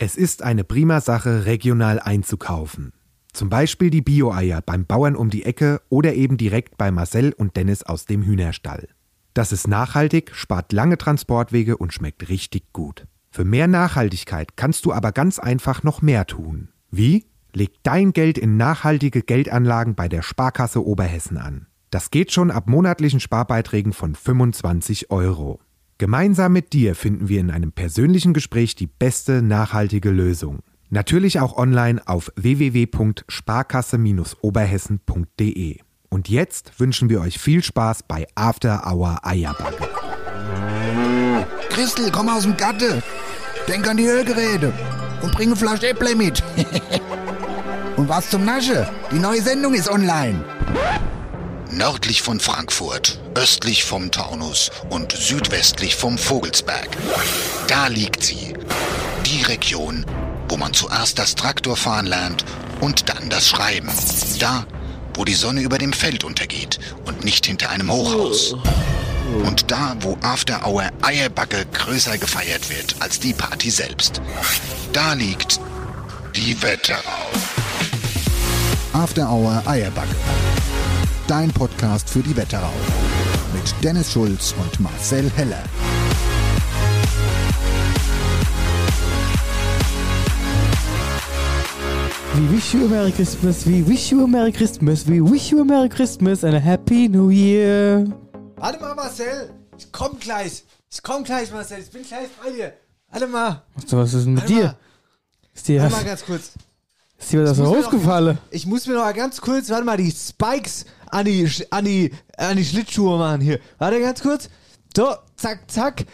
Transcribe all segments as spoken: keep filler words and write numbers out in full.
Es ist eine prima Sache, regional einzukaufen. Zum Beispiel die Bio-Eier beim Bauern um die Ecke oder eben direkt bei Marcel und Dennis aus dem Hühnerstall. Das ist nachhaltig, spart lange Transportwege und schmeckt richtig gut. Für mehr Nachhaltigkeit kannst du aber ganz einfach noch mehr tun. Wie? Leg dein Geld in nachhaltige Geldanlagen bei der Sparkasse Oberhessen an. Das geht schon ab monatlichen Sparbeiträgen von fünfundzwanzig Euro. Gemeinsam mit dir finden wir in einem persönlichen Gespräch die beste nachhaltige Lösung. Natürlich auch online auf w w w punkt sparkasse oberhessen punkt d e. Und jetzt wünschen wir euch viel Spaß bei After Hour Eierbacke. Christel, komm aus dem Gatte. Denk an die Ölgeräte und bring eine Flasche Äpple mit. Und was zum Nasche? Die neue Sendung ist online. Nördlich von Frankfurt, östlich vom Taunus und südwestlich vom Vogelsberg. Da liegt sie. Die Region, wo man zuerst das Traktorfahren lernt und dann das Schreiben. Da, wo die Sonne über dem Feld untergeht und nicht hinter einem Hochhaus. Und da, wo After Hour Eierbacke größer gefeiert wird als die Party selbst. Da liegt die Wetterau. After Hour Eierbacke. Dein Podcast für die Wetterau. Mit Dennis Schulz und Marcel Heller. We wish you a Merry Christmas, we wish you a Merry Christmas, we wish you a Merry Christmas and a Happy New Year. Warte mal, Marcel. Ich komm gleich. Ich komm gleich, Marcel. Ich bin gleich bei dir. Warte mal. So, was ist denn mit Warte dir? Mal. Ist dir Warte was, mal ganz kurz. ist dir was aus dem Haus gefallen? Ich muss mir noch mal ganz kurz, warte mal, die Spikes an die, an die, an die Schlittschuhe machen hier. Warte ganz kurz. So, zack, zack.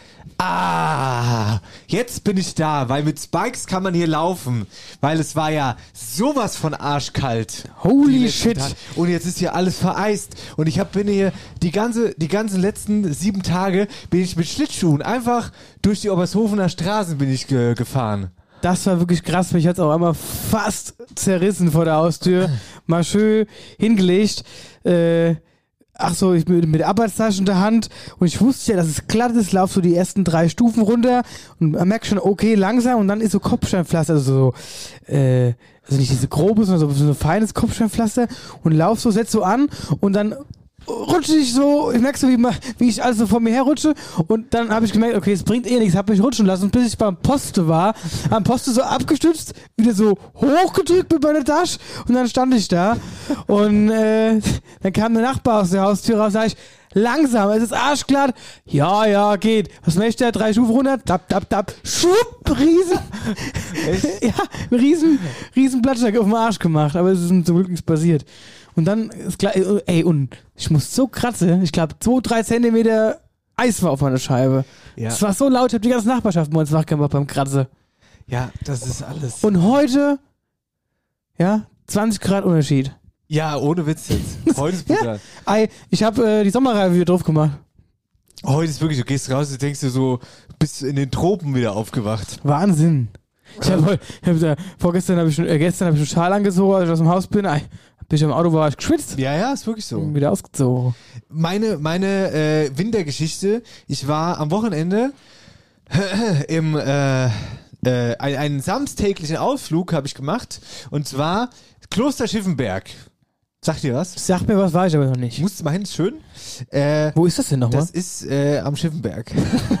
Ah, jetzt bin ich da, weil mit Spikes kann man hier laufen. Weil es war ja sowas von arschkalt. Holy shit. Tage. Und jetzt ist hier alles vereist. Und ich hab, bin hier die ganze, die ganzen letzten sieben Tage bin ich mit Schlittschuhen einfach durch die Obershofener Straßen bin ich ge- gefahren. Das war wirklich krass, mich hat's auch einmal fast zerrissen vor der Haustür. Mal schön hingelegt. Äh, ach so, ich mit, mit der Arbeitstasche in der Hand und ich wusste ja, dass es glatt ist, lauf so die ersten drei Stufen runter und man merkt schon, okay, langsam und dann ist so Kopfsteinpflaster, also so, äh, also nicht diese grobe, sondern so, so ein feines Kopfsteinpflaster und lauf so, setz so an und dann rutsche ich so, ich merke so, wie, wie ich also vor mir herrutsche und dann habe ich gemerkt, okay, es bringt eh nichts, habe mich rutschen lassen und bis ich beim Poste war, am Poste so abgestützt, wieder so hochgedrückt mit meiner Tasche und dann stand ich da und äh, dann kam der Nachbar aus der Haustür raus, sag ich, langsam, es ist arschglatt, ja, ja, geht, was möchte er, drei Stufen runter, tap, tap, tap, schwupp, riesen, ja, riesen, riesen Blattschlag auf den Arsch gemacht, aber es ist zum Glück nichts passiert. Und dann ist klar, ey, und ich muss so kratzen, ich glaube, zwei, drei Zentimeter Eis war auf meiner Scheibe. Ja. Es war so laut, ich habe die ganze Nachbarschaft morgens wachgemacht beim Kratzen. Ja, das ist alles. Und heute, ja, zwanzig Grad Unterschied. Ja, ohne Witz jetzt. Heute ist brutal. Ja, ey, ich habe äh, die Sommerreife wieder drauf gemacht. Heute ist wirklich, du gehst raus und denkst dir so, bist in den Tropen wieder aufgewacht. Wahnsinn. Ich habe hab da, vorgestern habe ich schon, äh, gestern habe ich einen Schal angezogen, als ich aus dem Haus bin. Ey, bis ich im Auto war, war ich geschwitzt. Ja, ja, ist wirklich so. Bin wieder ausgezogen. Meine, meine äh, Wintergeschichte, ich war am Wochenende im äh, äh, ein, einen samstäglichen Ausflug habe ich gemacht und zwar Kloster Schiffenberg. Sagt ihr was? Sag mir was, war ich aber noch nicht. Musst du mal hin, ist schön. Äh, Wo ist das denn nochmal? Das ist äh, am Schiffenberg.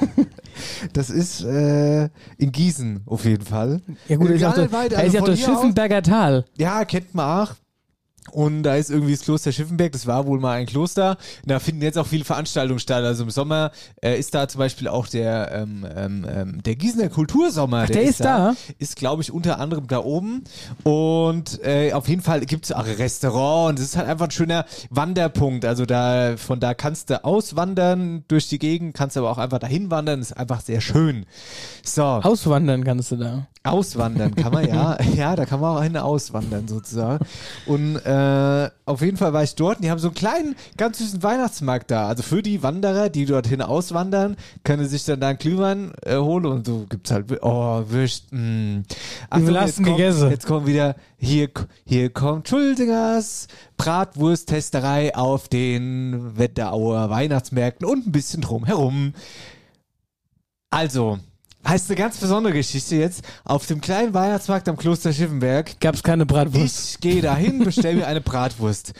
Das ist äh, in Gießen auf jeden Fall. Ja gut, ist auch Egal, das, weit, da also ist ja von das hier aus- Schiffenberger Tal. Ja, kennt man auch. Und da ist irgendwie das Kloster Schiffenberg, das war wohl mal ein Kloster. Und da finden jetzt auch viele Veranstaltungen statt. Also im Sommer äh, ist da zum Beispiel auch der ähm, ähm, der Gießener Kultursommer. Ach, der ist da? Ist, glaube ich, unter anderem da oben. Und äh, auf jeden Fall gibt es auch ein Restaurant. Und es ist halt einfach ein schöner Wanderpunkt. Also da von da kannst du auswandern durch die Gegend, kannst aber auch einfach dahin wandern. Ist einfach sehr schön. So. Auswandern kannst du da. Auswandern kann man, ja. Ja, da kann man auch hin auswandern sozusagen. Und äh, auf jeden Fall war ich dort und die haben so einen kleinen, ganz süßen Weihnachtsmarkt da. Also für die Wanderer, die dorthin auswandern, können sich dann da einen Glühwein äh, holen und so gibt's halt, oh, Würst, mh. Wie viel hast du gegessen? Jetzt kommt wieder, hier, hier kommt Schuldingers Bratwurst-Testerei auf den Wetterauer Weihnachtsmärkten und ein bisschen drumherum. Also, heißt eine ganz besondere Geschichte jetzt. Auf dem kleinen Weihnachtsmarkt am Kloster Schiffenberg gab's keine Bratwurst. Ich gehe dahin, bestelle mir eine Bratwurst.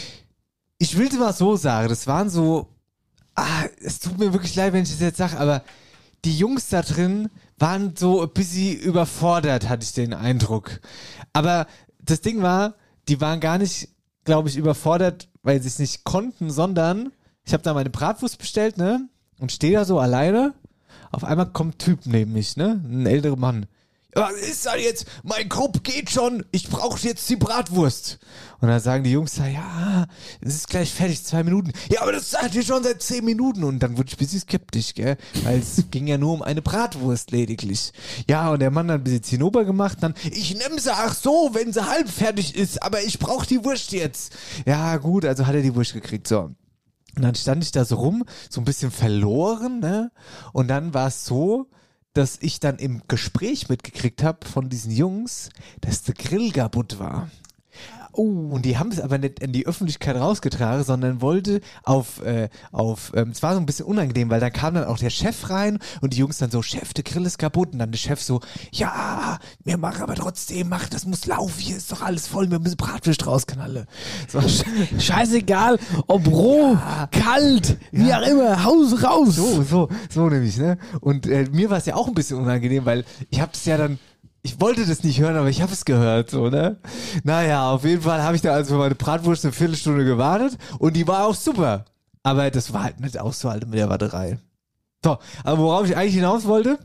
Ich will es mal so sagen, das waren so, ah, es tut mir wirklich leid, wenn ich das jetzt sage, aber die Jungs da drin waren so ein bisschen überfordert, hatte ich den Eindruck. Aber das Ding war, die waren gar nicht, glaube ich, überfordert, weil sie es nicht konnten, sondern ich habe da meine Bratwurst bestellt, ne, und stehe da so alleine. Auf einmal kommt ein Typ neben mich, ne, ein älterer Mann. Was ist da jetzt? Mein Grupp geht schon. Ich brauche jetzt die Bratwurst. Und dann sagen die Jungs da, ja, es ist gleich fertig, zwei Minuten. Ja, aber das sagt ihr schon seit zehn Minuten. Und dann wurde ich ein bisschen skeptisch, gell? Weil es ging ja nur um eine Bratwurst lediglich. Ja, und der Mann hat ein bisschen Zinnober gemacht. Dann, ich nehme sie, ach so, wenn sie halb fertig ist. Aber ich brauche die Wurst jetzt. Ja, gut, also hat er die Wurst gekriegt. So. Und dann stand ich da so rum, so ein bisschen verloren, ne? Und dann war es so, dass ich dann im Gespräch mitgekriegt habe von diesen Jungs, dass der Grill kaputt war. Oh, und die haben es aber nicht in die Öffentlichkeit rausgetragen, sondern wollte auf, äh, auf, ähm, es war so ein bisschen unangenehm, weil dann kam dann auch der Chef rein und die Jungs dann so, Chef, der Grill ist kaputt. Und dann der Chef so, ja, wir machen aber trotzdem, mach, das muss laufen, hier ist doch alles voll, wir müssen Bratwurst rausknallen. So. Scheißegal, ob roh, ja, kalt, wie ja, auch immer, Haus raus. So, so, so nämlich, ne? Und äh, mir war es ja auch ein bisschen unangenehm, weil ich hab's ja dann, ich wollte das nicht hören, aber ich habe es gehört, so, ne? Naja, auf jeden Fall habe ich da also für meine Bratwurst eine Viertelstunde gewartet und die war auch super. Aber das war halt nicht auszuhalten mit der Warterei. So, aber worauf ich eigentlich hinaus wollte,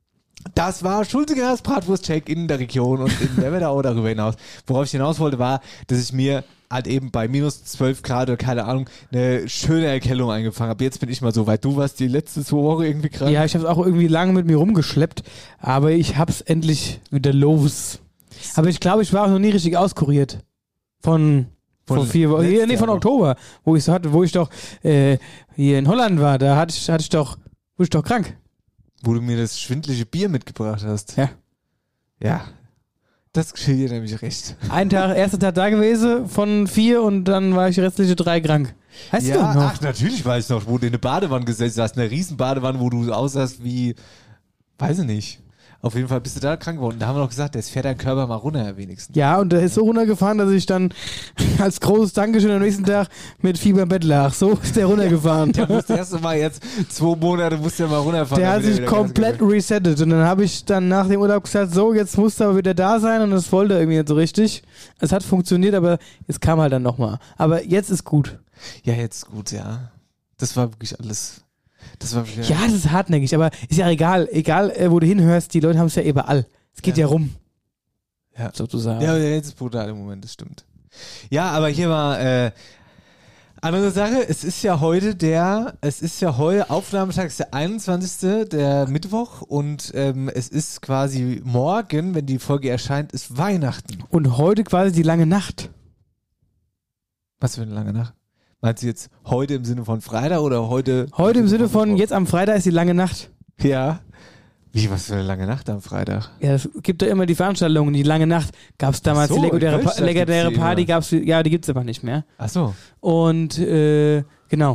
das war Schulzingers Bratwurst-Check in der Region und in der Wetterau darüber hinaus. Worauf ich hinaus wollte, war, dass ich mir halt eben bei minus zwölf Grad oder keine Ahnung, eine schöne Erkältung eingefangen habe. Jetzt bin ich mal so weit. Du warst die letzte zwei Wochen irgendwie krank. Ja, ich habe es auch irgendwie lange mit mir rumgeschleppt, aber ich hab's endlich wieder los. Aber ich glaube, ich war auch noch nie richtig auskuriert. Von, von vor vier Wochen. Nee, von Oktober, wo ich so hatte, wo ich doch äh, hier in Holland war, da hatte ich, hatte ich doch, wurde ich doch krank. Wo du mir das schwindlige Bier mitgebracht hast. Ja. Ja. Das geschieht dir nämlich recht. Ein Tag, erster Tag da gewesen von vier und dann war ich restliche drei krank. Weißt ja, du noch? Ach, natürlich weiß ich noch, wo du in eine Badewanne gesetzt hast, eine riesen Badewanne, wo du aussahst wie, weiß ich nicht. Auf jeden Fall bist du da krank geworden. Da haben wir noch gesagt, jetzt fährt dein Körper mal runter wenigstens. Ja, und der ist so runtergefahren, dass ich dann als großes Dankeschön am nächsten Tag mit Fieber im Bett lag. So ist der runtergefahren. Der muss das erste Mal jetzt, zwei Monate musst du ja mal runterfahren. Der hat sich komplett resettet. Und dann habe ich dann nach dem Urlaub gesagt, so, jetzt musst du aber wieder da sein. Und das wollte er irgendwie nicht so richtig. Es hat funktioniert, aber es kam halt dann nochmal. Aber jetzt ist gut. Ja, jetzt ist gut, ja. Das war wirklich alles... Das war ja, das ist hartnäckig, aber ist ja egal. Egal, äh, wo du hinhörst, die Leute haben es ja überall. Es geht ja, ja rum. Ja. Sozusagen. Ja, jetzt ist brutal im Moment, das stimmt. Ja, aber hier war äh, andere Sache. Es ist ja heute der, es ist ja heute, Aufnahmetag ist der einundzwanzigste der Mittwoch und ähm, es ist quasi morgen, wenn die Folge erscheint, ist Weihnachten. Und heute quasi die lange Nacht. Was für eine lange Nacht? Meinst du jetzt heute im Sinne von Freitag oder heute? Heute im Sinne von, jetzt am Freitag ist die lange Nacht. Ja. Wie, was für eine lange Nacht am Freitag? Ja, es gibt ja immer die Veranstaltungen, die lange Nacht. Gab es damals so, die legendäre, pa- legendäre Party, gab's, ja, die gibt es aber nicht mehr. Ach so. Und, äh, genau.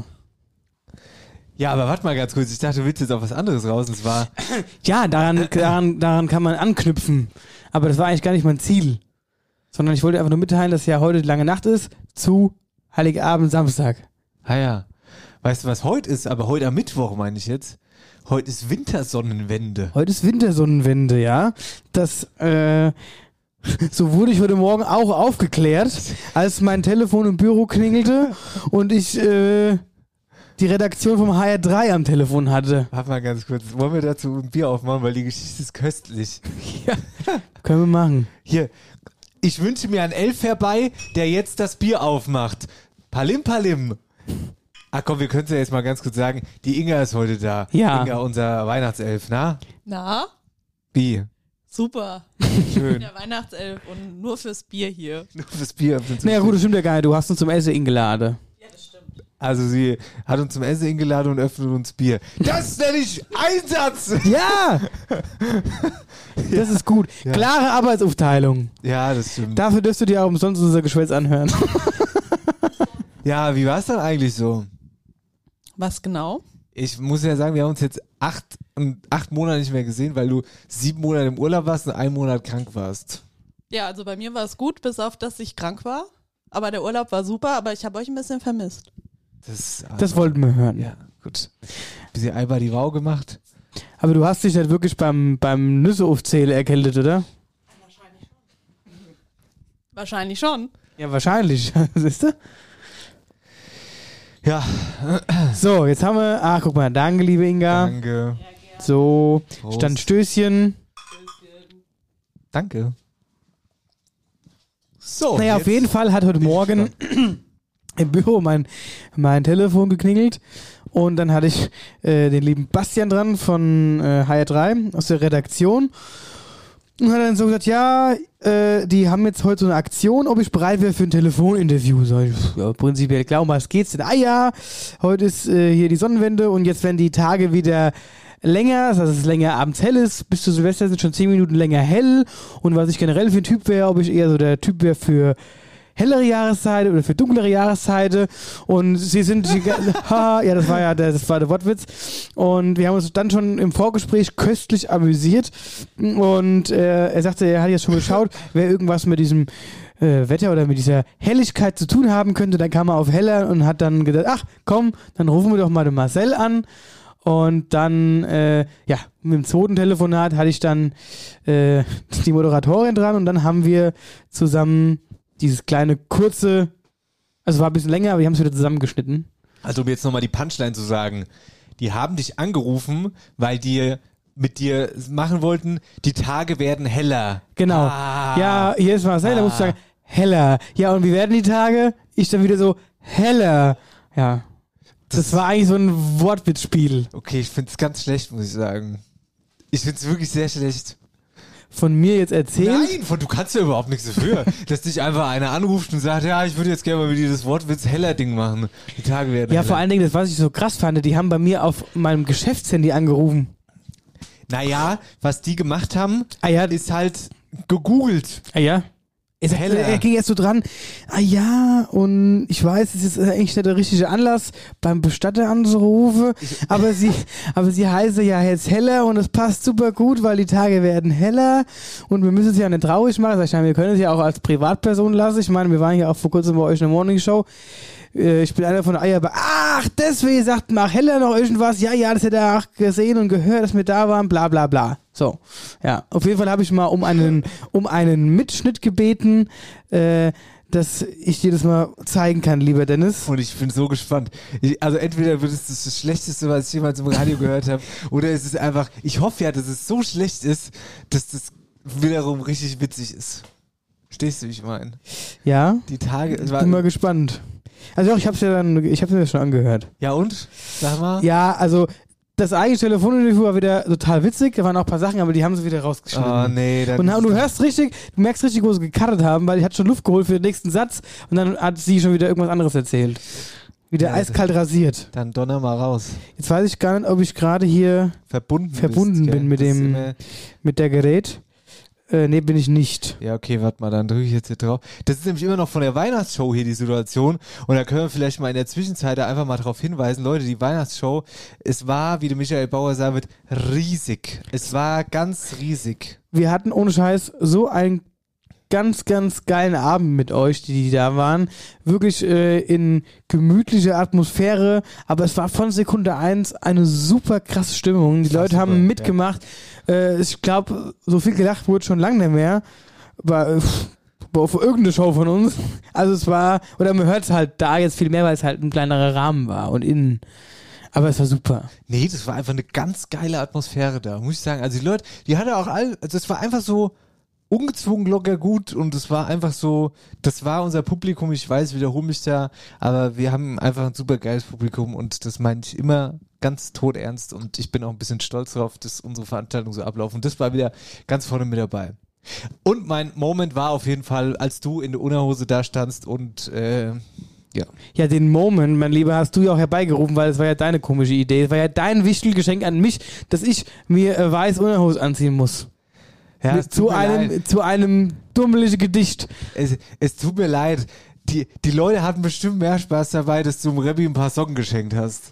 Ja, aber warte mal ganz kurz, ich dachte, du willst jetzt auf was anderes raus, und zwar... Ja, daran, daran, daran kann man anknüpfen. Aber das war eigentlich gar nicht mein Ziel. Sondern ich wollte einfach nur mitteilen, dass ja heute die lange Nacht ist, zu Heiligabend, Samstag. Ah ja. Weißt du, was heute ist? Aber heute am Mittwoch, meine ich jetzt. Heute ist Wintersonnenwende. Heute ist Wintersonnenwende, ja. Das, äh, so wurde ich heute Morgen auch aufgeklärt, als mein Telefon im Büro klingelte und ich, äh, die Redaktion vom H R drei am Telefon hatte. Warte mal ganz kurz. Wollen wir dazu ein Bier aufmachen, weil die Geschichte ist köstlich. Ja, können wir machen. Hier, ich wünsche mir einen Elf herbei, der jetzt das Bier aufmacht. Palim, palim. Ach komm, wir können es ja jetzt mal ganz kurz sagen. Die Inga ist heute da. Ja. Inga, unser Weihnachtself, na? Na? Wie? Super. Schön. Der Weihnachtself und nur fürs Bier hier. Nur fürs Bier. Naja gut, das stimmt ja gar nicht. Du hast uns zum Essen eingeladen. Ja, das stimmt. Also sie hat uns zum Essen eingeladen und öffnet uns Bier. Das nenne ich Einsatz! Ja! Das ist gut. Ja. Klare Arbeitsaufteilung. Ja, das stimmt. Dafür dürfst du dir auch umsonst unser Geschwätz anhören. Ja, wie war es dann eigentlich so? Was genau? Ich muss ja sagen, wir haben uns jetzt acht, acht Monate nicht mehr gesehen, weil du sieben Monate im Urlaub warst und einen Monat krank warst. Ja, also bei mir war es gut, bis auf, dass ich krank war. Aber der Urlaub war super, aber ich habe euch ein bisschen vermisst. Das, Das wollten wir hören. Ja, gut. Bisschen Alba die Wau gemacht. Aber du hast dich nicht wirklich beim, beim Nüsse aufzählen erkältet, oder? Wahrscheinlich schon. Ja, wahrscheinlich. Siehst du? Ja. So, jetzt haben wir. Ah, guck mal. Danke, liebe Inga. Danke. So, Prost. stand Stößchen. Danke. So. Naja, jetzt auf jeden Fall hat heute bin ich Morgen im Büro mein, mein Telefon geklingelt und dann hatte ich äh, den lieben Bastian dran von äh, H R drei aus der Redaktion und hat dann so gesagt, ja, äh, die haben jetzt heute so eine Aktion, ob ich bereit wäre für ein Telefoninterview. So, ich, ja, prinzipiell klar, um was geht's denn? Ah ja, heute ist äh, hier die Sonnenwende und jetzt werden die Tage wieder länger, das heißt, es ist länger abends hell ist, bis zu Silvester sind schon zehn Minuten länger hell und was ich generell für ein Typ wäre, ob ich eher so der Typ wäre für hellere Jahreszeit oder für dunklere Jahreszeit und sie sind, die, ha, ja, das war ja der, das war der Wortwitz und wir haben uns dann schon im Vorgespräch köstlich amüsiert und äh, er sagte, er hat jetzt schon geschaut, wer irgendwas mit diesem äh, Wetter oder mit dieser Helligkeit zu tun haben könnte, dann kam er auf heller und hat dann gedacht, ach komm, dann rufen wir doch mal den Marcel an. Und dann, äh, ja, mit dem zweiten Telefonat hatte ich dann äh, die Moderatorin dran und dann haben wir zusammen dieses kleine, kurze, also war ein bisschen länger, aber wir haben es wieder zusammengeschnitten. Also um jetzt nochmal die Punchline zu sagen, die haben dich angerufen, weil die mit dir machen wollten, die Tage werden heller. Genau. Ah. Ja, hier ist Marcel, da muss ich sagen, heller. Ja, und wie werden die Tage? Ich dann wieder so, heller. Ja. Das, das war eigentlich so ein Wortwitzspiel. Okay, ich finde es ganz schlecht, muss ich sagen. Ich finde es wirklich sehr schlecht. Von mir jetzt erzählt? Nein, von, du kannst ja überhaupt nichts dafür, dass dich einfach einer anruft und sagt, ja, ich würde jetzt gerne mal mit dir das Wortwitz-Heller-Ding machen. Die Tage werden Ja, heller. vor allen Dingen, das, was ich so krass fand, die haben bei mir auf meinem Geschäftshandy angerufen. Naja, was die gemacht haben, ah, ja. ist halt gegoogelt. Ah ja? Er, sagt, Heller. er ging erst so dran, ah ja, und ich weiß, es ist eigentlich nicht der richtige Anlass, beim Bestatter anzurufen, aber sie, aber sie heiße ja jetzt Heller und es passt super gut, weil die Tage werden heller und wir müssen es ja nicht traurig machen. Sag ich, wir können es ja auch als Privatperson lassen. Ich meine, wir waren ja auch vor kurzem bei euch in der Morning Show. Ich bin einer von der Eierbar. Ach, deswegen sagt Mark Heller noch irgendwas. Ja, ja, das hätte er auch gesehen und gehört, dass wir da waren, bla bla bla. So, ja, auf jeden Fall habe ich mal um einen, um einen Mitschnitt gebeten, äh, dass ich dir das mal zeigen kann, lieber Dennis. Und ich bin so gespannt. Ich, also entweder wird es das Schlechteste, was ich jemals im Radio gehört habe, oder es ist einfach, ich hoffe ja, dass es so schlecht ist, dass das wiederum richtig witzig ist. Stehst du, wie ich meine? Ja, die Tage, es ich war, bin mal gespannt. Also auch, ich habe es ja dann, ich habe es mir schon angehört. Ja und? Sag mal. Ja, also das eigene Telefoninterview war wieder total witzig, da waren auch ein paar Sachen, aber die haben sie wieder rausgeschnitten. Oh nee. Dann und, und du hörst richtig, du merkst richtig, wo sie gecuttet haben, weil ich hatte schon Luft geholt für den nächsten Satz und dann hat sie schon wieder irgendwas anderes erzählt. Wieder ja, eiskalt rasiert. Dann donner mal raus. Jetzt weiß ich gar nicht, ob ich gerade hier verbunden, verbunden bist, bin mit das dem mit der Gerät. Äh, nee, bin ich nicht. Ja, okay, warte mal, dann drücke ich jetzt hier drauf. Das ist nämlich immer noch von der Weihnachtsshow hier die Situation und da können wir vielleicht mal in der Zwischenzeit da einfach mal drauf hinweisen. Leute, die Weihnachtsshow, es war, wie der Michael Bauer sagen wird, riesig. Es war ganz riesig. Wir hatten ohne Scheiß so einen ganz, ganz geilen Abend mit euch, die, die da waren. Wirklich äh, in gemütlicher Atmosphäre, aber es war von Sekunde eins eine super krasse Stimmung. Die Leute super, haben mitgemacht. Ja. Äh, ich glaube, so viel gelacht wurde schon lange nicht mehr. War äh, für irgendeine Show von uns. Also es war, oder man hört es halt da jetzt viel mehr, weil es halt ein kleinerer Rahmen war und innen. Aber es war super. Nee, das war einfach eine ganz geile Atmosphäre da, muss ich sagen. Also die Leute, die hatte auch all, also es war einfach so ungezwungen locker gut und es war einfach so, das war unser Publikum, ich weiß, ich wiederhole mich da, aber wir haben einfach ein super geiles Publikum und das meine ich immer ganz todernst und ich bin auch ein bisschen stolz darauf, dass unsere Veranstaltung so ablaufen und das war wieder ganz vorne mit dabei. Und mein Moment war auf jeden Fall, als du in der Unterhose da standst und äh, ja. Ja, den Moment, mein Lieber, hast du ja auch herbeigerufen, weil es war ja deine komische Idee, es war ja dein Wichtelgeschenk an mich, dass ich mir äh, weiß Unterhose anziehen muss. Ja, zu, einem, zu einem dummlichen Gedicht. Es, es tut mir leid. Die, die Leute hatten bestimmt mehr Spaß dabei, dass du dem Rebbi ein paar Socken geschenkt hast.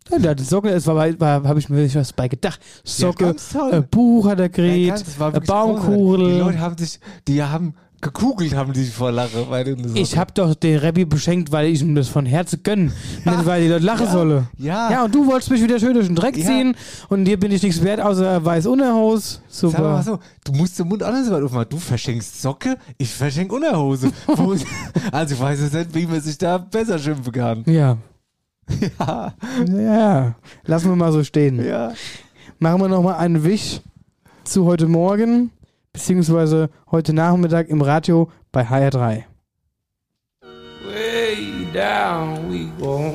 Nein, der hatte Socke, es war, war habe ich mir wirklich was bei gedacht. Socke, ja, äh, Buch hat er gekriegt, ja, äh, Baumkugel. Die Leute haben sich, die haben gekugelt, haben die vor Lache. Weil ich habe doch den Rappi beschenkt, weil ich ihm das von Herzen gönne, ja. nicht weil die Leute lachen ja. solle. Ja. Ja, und du wolltest mich wieder schön durch den Dreck ja. ziehen und dir bin ich nichts wert, außer weiß Unterhose. Super. Sag mal so, du musst den Mund anders so weit aufmachen. Du verschenkst Socke, ich verschenk Unterhose. Also ich weiß jetzt nicht, wie man sich da besser schimpfen kann. Ja. Ja. Ja, lassen wir mal so stehen. Ja. Machen wir nochmal einen Wisch zu heute Morgen, beziehungsweise heute Nachmittag im Radio bei H R drei. Way down we go.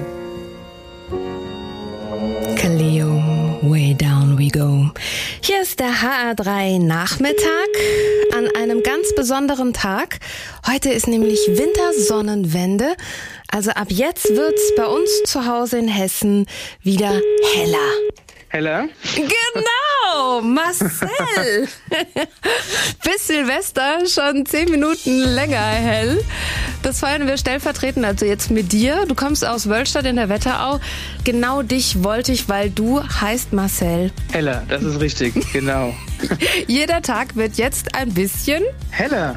Kaleo, way down we go. Hier ist der H R drei Nachmittag an einem ganz besonderen Tag. Heute ist nämlich Wintersonnenwende. Also ab jetzt wird's bei uns zu Hause in Hessen wieder heller. Heller? Genau, Marcel. Bis Silvester schon zehn Minuten länger hell. Das feiern wir stellvertretend, also jetzt mit dir. Du kommst aus Wölstadt in der Wetterau. Genau dich wollte ich, weil du heißt Marcel. Heller, das ist richtig, genau. Jeder Tag wird jetzt ein bisschen heller.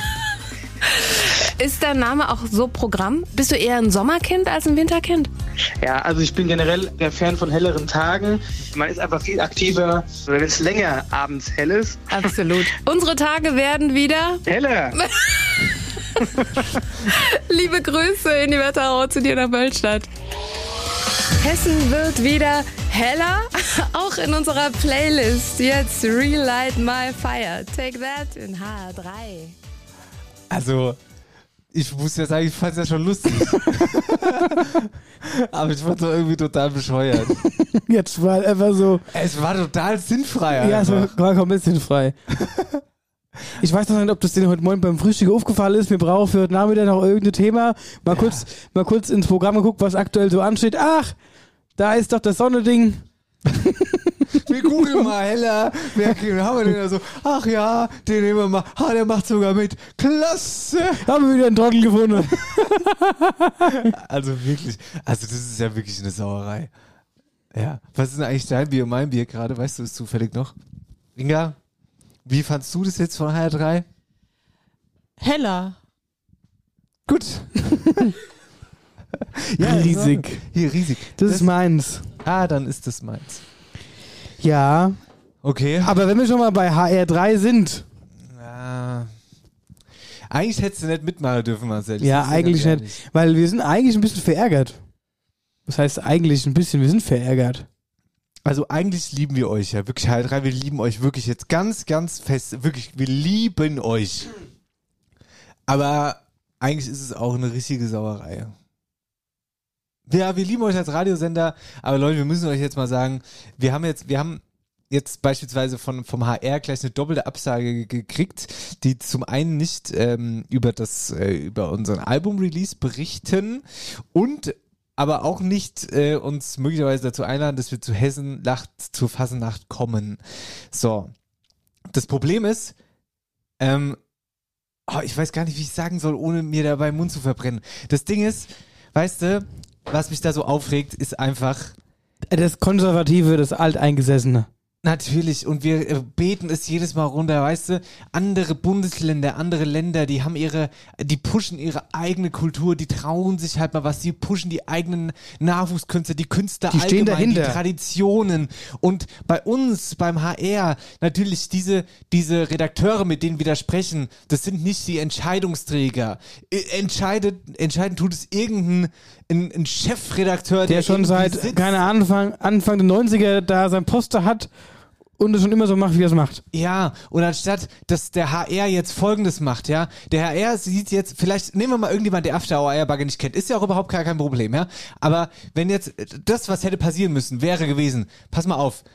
Ist dein Name auch so Programm? Bist du eher ein Sommerkind als ein Winterkind? Ja, also ich bin generell der Fan von helleren Tagen. Man ist einfach viel aktiver, wenn es länger abends hell ist. Absolut. Unsere Tage werden wieder heller. Liebe Grüße in die Wetterau zu dir nach Wölstadt. Hessen wird wieder heller, auch in unserer Playlist. Jetzt Relight My Fire. Take that in H R drei. Also, ich muss ja sagen, ich fand es ja schon lustig. Aber ich fand es irgendwie total bescheuert. Jetzt war einfach so. Es war total sinnfrei. Ja, es war, war komplett sinnfrei. Ich weiß noch nicht, ob das dir heute Morgen beim Frühstück aufgefallen ist. Wir brauchen für heute Nachmittag noch irgendein Thema. Mal, ja. kurz, mal kurz ins Programm geguckt, was aktuell so ansteht. Ach, da ist doch das Sonnending. Wir googeln mal heller. Wer haben wir denn da so? Ach ja, den nehmen wir mal. Ah, der macht sogar mit. Klasse. Haben wir wieder einen Trottel gefunden. Also wirklich. Also das ist ja wirklich eine Sauerei. Ja. Was ist denn eigentlich dein Bier und mein Bier gerade? Weißt du es zufällig noch? Inga, wie fandst du das jetzt von H R drei? Heller. Gut. Ja, riesig. Also, hier, riesig. Das, das ist meins. Ah, dann ist das meins. Ja. Okay. Aber wenn wir schon mal bei H R drei sind. Ja. Eigentlich hättest du nicht mitmachen dürfen, Marcel. Ja, eigentlich nicht. Weil wir sind eigentlich ein bisschen verärgert. Das heißt eigentlich ein bisschen, wir sind verärgert. Also eigentlich lieben wir euch ja. Wirklich, H R drei, wir lieben euch wirklich jetzt ganz, ganz fest. Wirklich, wir lieben euch. Aber eigentlich ist es auch eine richtige Sauerei. Ja, wir lieben euch als Radiosender, aber Leute, wir müssen euch jetzt mal sagen, wir haben jetzt, wir haben jetzt beispielsweise von, vom H R gleich eine doppelte Absage gekriegt, die zum einen nicht ähm, über das, äh, über unseren Album-Release berichten und aber auch nicht äh, uns möglicherweise dazu einladen, dass wir zu Hessen Nacht, zur Fassenacht kommen. So. Das Problem ist, ähm, oh, ich weiß gar nicht, wie ich sagen soll, ohne mir dabei den Mund zu verbrennen. Das Ding ist, weißt du, was mich da so aufregt, ist einfach das Konservative, das Alteingesessene. Natürlich, und wir äh, beten es jedes Mal runter, weißt du, andere Bundesländer, andere Länder, die haben ihre, die pushen ihre eigene Kultur, die trauen sich halt mal was, die pushen die eigenen Nachwuchskünstler, die Künstler die stehen allgemein, dahinter. Die Traditionen und bei uns, beim H R, natürlich diese, diese Redakteure, mit denen wir da sprechen, das sind nicht die Entscheidungsträger. Äh, entscheidet, entscheiden tut es irgendein ein, ein Chefredakteur, der, der schon seit, sitzt. keine Anfang, Anfang der neunziger da sein Poster hat und es schon immer so macht, wie er es macht. Ja, und anstatt, dass der H R jetzt Folgendes macht, ja, der H R sieht jetzt, vielleicht nehmen wir mal irgendjemand, der After Hour Eierbagger nicht kennt, ist ja auch überhaupt gar kein Problem, ja, aber wenn jetzt das, was hätte passieren müssen, wäre gewesen, pass mal auf,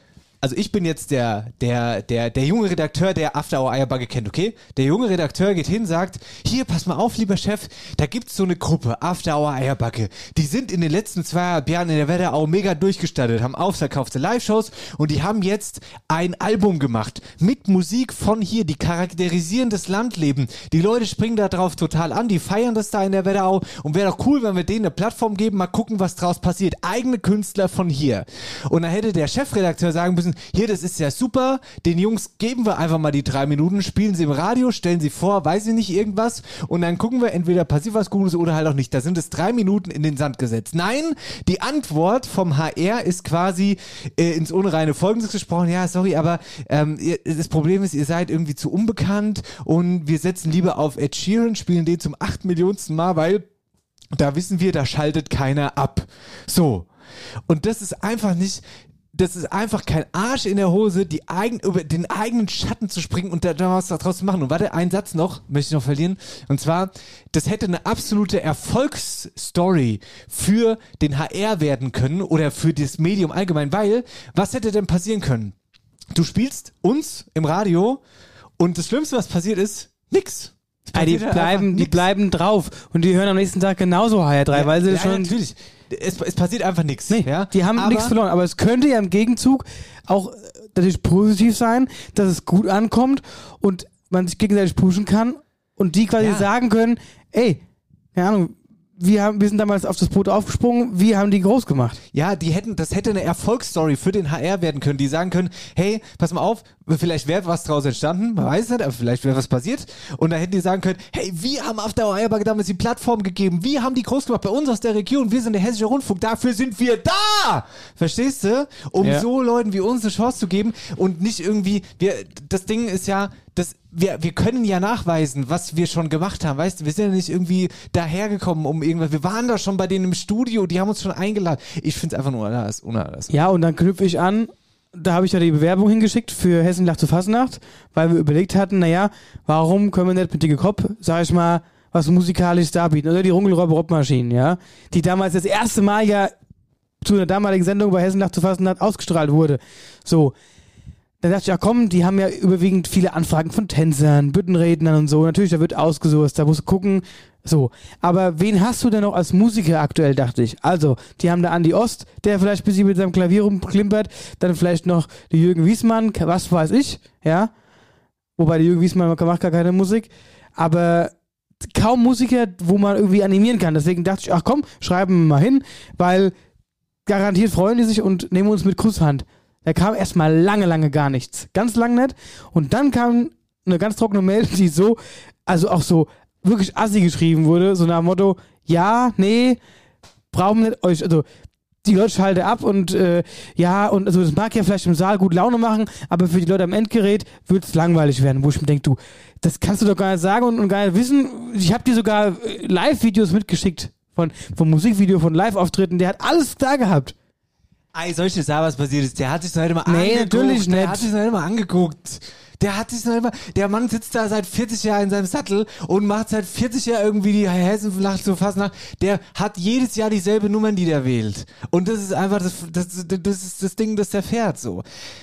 also ich bin jetzt der, der, der, der junge Redakteur, der After Hour Eierbacke kennt, okay? Der junge Redakteur geht hin, sagt, hier, pass mal auf, lieber Chef, da gibt's so eine Gruppe, After Hour Eierbacke. Die sind in den letzten zweieinhalb Jahren in der Wetterau mega durchgestartet, haben ausverkaufte Live-Shows und die haben jetzt ein Album gemacht mit Musik von hier, die charakterisieren das Landleben. Die Leute springen da drauf total an, die feiern das da in der Wetterau und wäre doch cool, wenn wir denen eine Plattform geben, mal gucken, was draus passiert. Eigene Künstler von hier. Und da hätte der Chefredakteur sagen müssen, hier, das ist ja super, den Jungs geben wir einfach mal die drei Minuten, spielen sie im Radio, stellen sie vor, weiß ich nicht, irgendwas und dann gucken wir, entweder passiert was Gutes oder halt auch nicht. Da sind es drei Minuten in den Sand gesetzt. Nein, die Antwort vom H R ist quasi äh, ins Unreine Folgendes gesprochen, ja, sorry, aber ähm, ihr, das Problem ist, ihr seid irgendwie zu unbekannt und wir setzen lieber auf Ed Sheeran, spielen den zum acht Millionsten Mal, weil da wissen wir, da schaltet keiner ab. So. Und das ist einfach nicht... Das ist einfach kein Arsch in der Hose, die eigen, über den eigenen Schatten zu springen und da, da was daraus zu machen. Und warte, einen Satz noch, möchte ich noch verlieren. Und zwar, das hätte eine absolute Erfolgsstory für den H R werden können oder für das Medium allgemein, weil, was hätte denn passieren können? Du spielst uns im Radio und das Schlimmste, was passiert ist, nix. Ja, die bleiben, die bleiben drauf und die hören am nächsten Tag genauso H R drei, ja, weil sie ja, schon... natürlich. Es, es passiert einfach nichts. Nee, ja? die haben nichts verloren, aber es könnte ja im Gegenzug auch natürlich positiv sein, dass es gut ankommt und man sich gegenseitig pushen kann und die quasi ja. sagen können, ey, keine Ahnung, wir, haben, wir sind damals auf das Boot aufgesprungen, wir haben die groß gemacht. Ja, die hätten, das hätte eine Erfolgsstory für den H R werden können, die sagen können, hey, pass mal auf, vielleicht wäre was draus entstanden, man weiß nicht, aber vielleicht wäre was passiert und da hätten die sagen können, hey, wir haben After Hour Eierbacke damals die Plattform gegeben, wir haben die groß gemacht, bei uns aus der Region, wir sind der Hessische Rundfunk, dafür sind wir da! Verstehst du? Um ja. so Leuten wie uns eine Chance zu geben und nicht irgendwie, wir, das Ding ist ja, das, wir, wir können ja nachweisen, was wir schon gemacht haben, weißt du, wir sind ja nicht irgendwie dahergekommen, um irgendwas, wir waren da schon bei denen im Studio, die haben uns schon eingeladen. Ich finde es einfach nur unerlass, unerlass. Ja, und dann knüpfe ich an, da habe ich ja die Bewerbung hingeschickt für Hessen lacht zu Fasnacht, weil wir überlegt hatten, naja, warum können wir nicht mit Dicke Kopf, sag ich mal, was musikalisch darbieten, oder die Rungelrob-Rob-Maschinen, ja, die damals das erste Mal ja zu einer damaligen Sendung bei Hessen lacht zu Fasnacht ausgestrahlt wurde. So. Dann dachte ich, ja komm, die haben ja überwiegend viele Anfragen von Tänzern, Büttenrednern und so. Natürlich, da wird ausgesourcet, da musst du gucken. So. Aber wen hast du denn noch als Musiker aktuell, dachte ich. Also, die haben da Andi Ost, der vielleicht bis sie mit seinem Klavier rumklimpert. Dann vielleicht noch die Jürgen Wiesmann, was weiß ich, ja. Wobei der Jürgen Wiesmann macht gar keine Musik. Aber kaum Musiker, wo man irgendwie animieren kann. Deswegen dachte ich, ach komm, schreiben wir mal hin, weil garantiert freuen die sich und nehmen uns mit Kusshand. Da kam erstmal lange, lange gar nichts. Ganz lang nicht. Und dann kam eine ganz trockene Mail, die so, also auch so wirklich assi geschrieben wurde, so nach dem Motto, ja, nee, brauchen wir nicht euch, also die Leute schalten ab und äh, ja, und also das mag ja vielleicht im Saal gut Laune machen, aber für die Leute am Endgerät wird es langweilig werden, wo ich mir denke, du, das kannst du doch gar nicht sagen und, und gar nicht wissen. Ich habe dir sogar Live-Videos mitgeschickt von, vom Musikvideo, von Live-Auftritten, der hat alles da gehabt. Ey, soll ich dir sagen, was passiert ist? Der hat sich noch nicht mal nee, angeguckt. Natürlich der nicht. hat sich noch nicht mal angeguckt. Der hat sich noch nicht mal, der Mann sitzt da seit vierzig Jahren in seinem Sattel und macht seit vierzig Jahren irgendwie die Hessen lacht zu fassen nach. Der hat jedes Jahr dieselbe Nummern, die der wählt. Und das ist einfach das, das, das ist das Ding, das der fährt, so.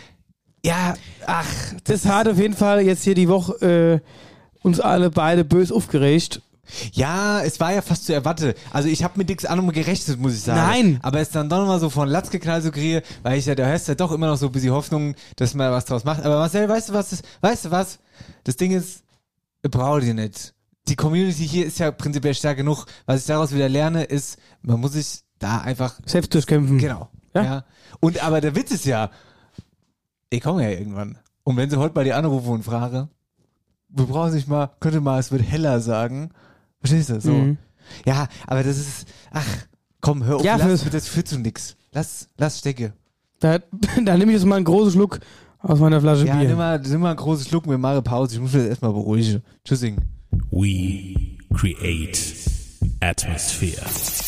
Ja, ach. Das, das hat auf jeden Fall jetzt hier die Woche äh, uns alle beide bös aufgeregt. Ja, es war ja fast zu erwarten. Also ich habe mit nix anderem gerechnet, muss ich sagen. Nein. Aber es dann doch nochmal so von Latz geknallt so kriege, weil ich ja, da hast ja doch immer noch so ein bisschen Hoffnung, dass man was draus macht. Aber Marcel, weißt du was, das, weißt du was? Das Ding ist, braucht ihr nicht. Die Community hier ist ja prinzipiell stark genug. Was ich daraus wieder lerne, ist, man muss sich da einfach selbst durchkämpfen. Genau. Ja? ja. Und aber der Witz ist ja, ich komme ja irgendwann. Und wenn sie heute bei dir anrufen und fragen, wir brauchen sich mal, könnte mal, es wird heller sagen. Verstehst du? So. Mhm. Ja, aber das ist, ach, komm, hör auf, ja, lass, das führt zu nix. Lass, lass stecke. Da, da nehme ich jetzt mal einen großen Schluck aus meiner Flasche ja, Bier. Ja, nimm mal, nimm mal einen großen Schluck, wir machen Pause. Ich muss mich erstmal beruhigen. Tschüssing. We create atmosphere.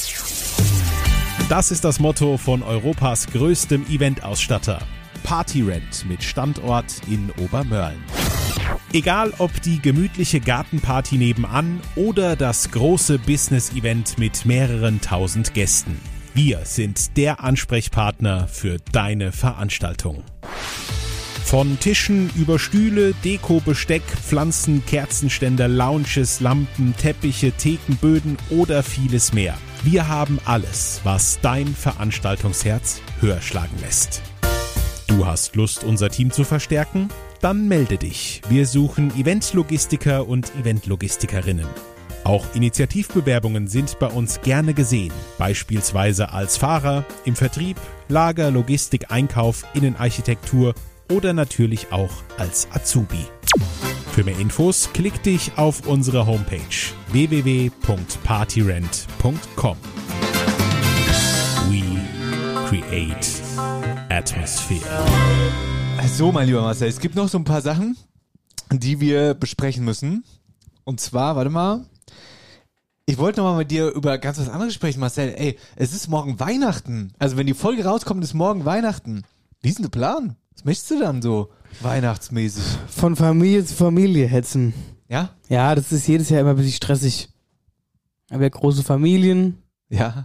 Das ist das Motto von Europas größtem Eventausstatter. Partyrent mit Standort in Obermörlen. Egal ob die gemütliche Gartenparty nebenan oder das große Business-Event mit mehreren tausend Gästen. Wir sind der Ansprechpartner für deine Veranstaltung. Von Tischen über Stühle, Deko, Besteck, Pflanzen, Kerzenständer, Lounges, Lampen, Teppiche, Thekenböden oder vieles mehr. Wir haben alles, was dein Veranstaltungsherz höher schlagen lässt. Du hast Lust, unser Team zu verstärken? Dann melde dich. Wir suchen Eventlogistiker und Eventlogistikerinnen. Auch Initiativbewerbungen sind bei uns gerne gesehen, beispielsweise als Fahrer, im Vertrieb, Lager, Logistik, Einkauf, Innenarchitektur oder natürlich auch als Azubi. Für mehr Infos klick dich auf unsere Homepage w w w punkt partyrent punkt com. We create atmosphere. So, mein lieber Marcel, es gibt noch so ein paar Sachen, die wir besprechen müssen. Und zwar, warte mal, ich wollte noch mal mit dir über ganz was anderes sprechen, Marcel. Ey, es ist morgen Weihnachten. Also wenn die Folge rauskommt, ist morgen Weihnachten. Wie ist denn der Plan? Was möchtest du dann so weihnachtsmäßig? Von Familie zu Familie hetzen. Ja? Ja, das ist jedes Jahr immer ein bisschen stressig. Wir haben ja große Familien. Ja.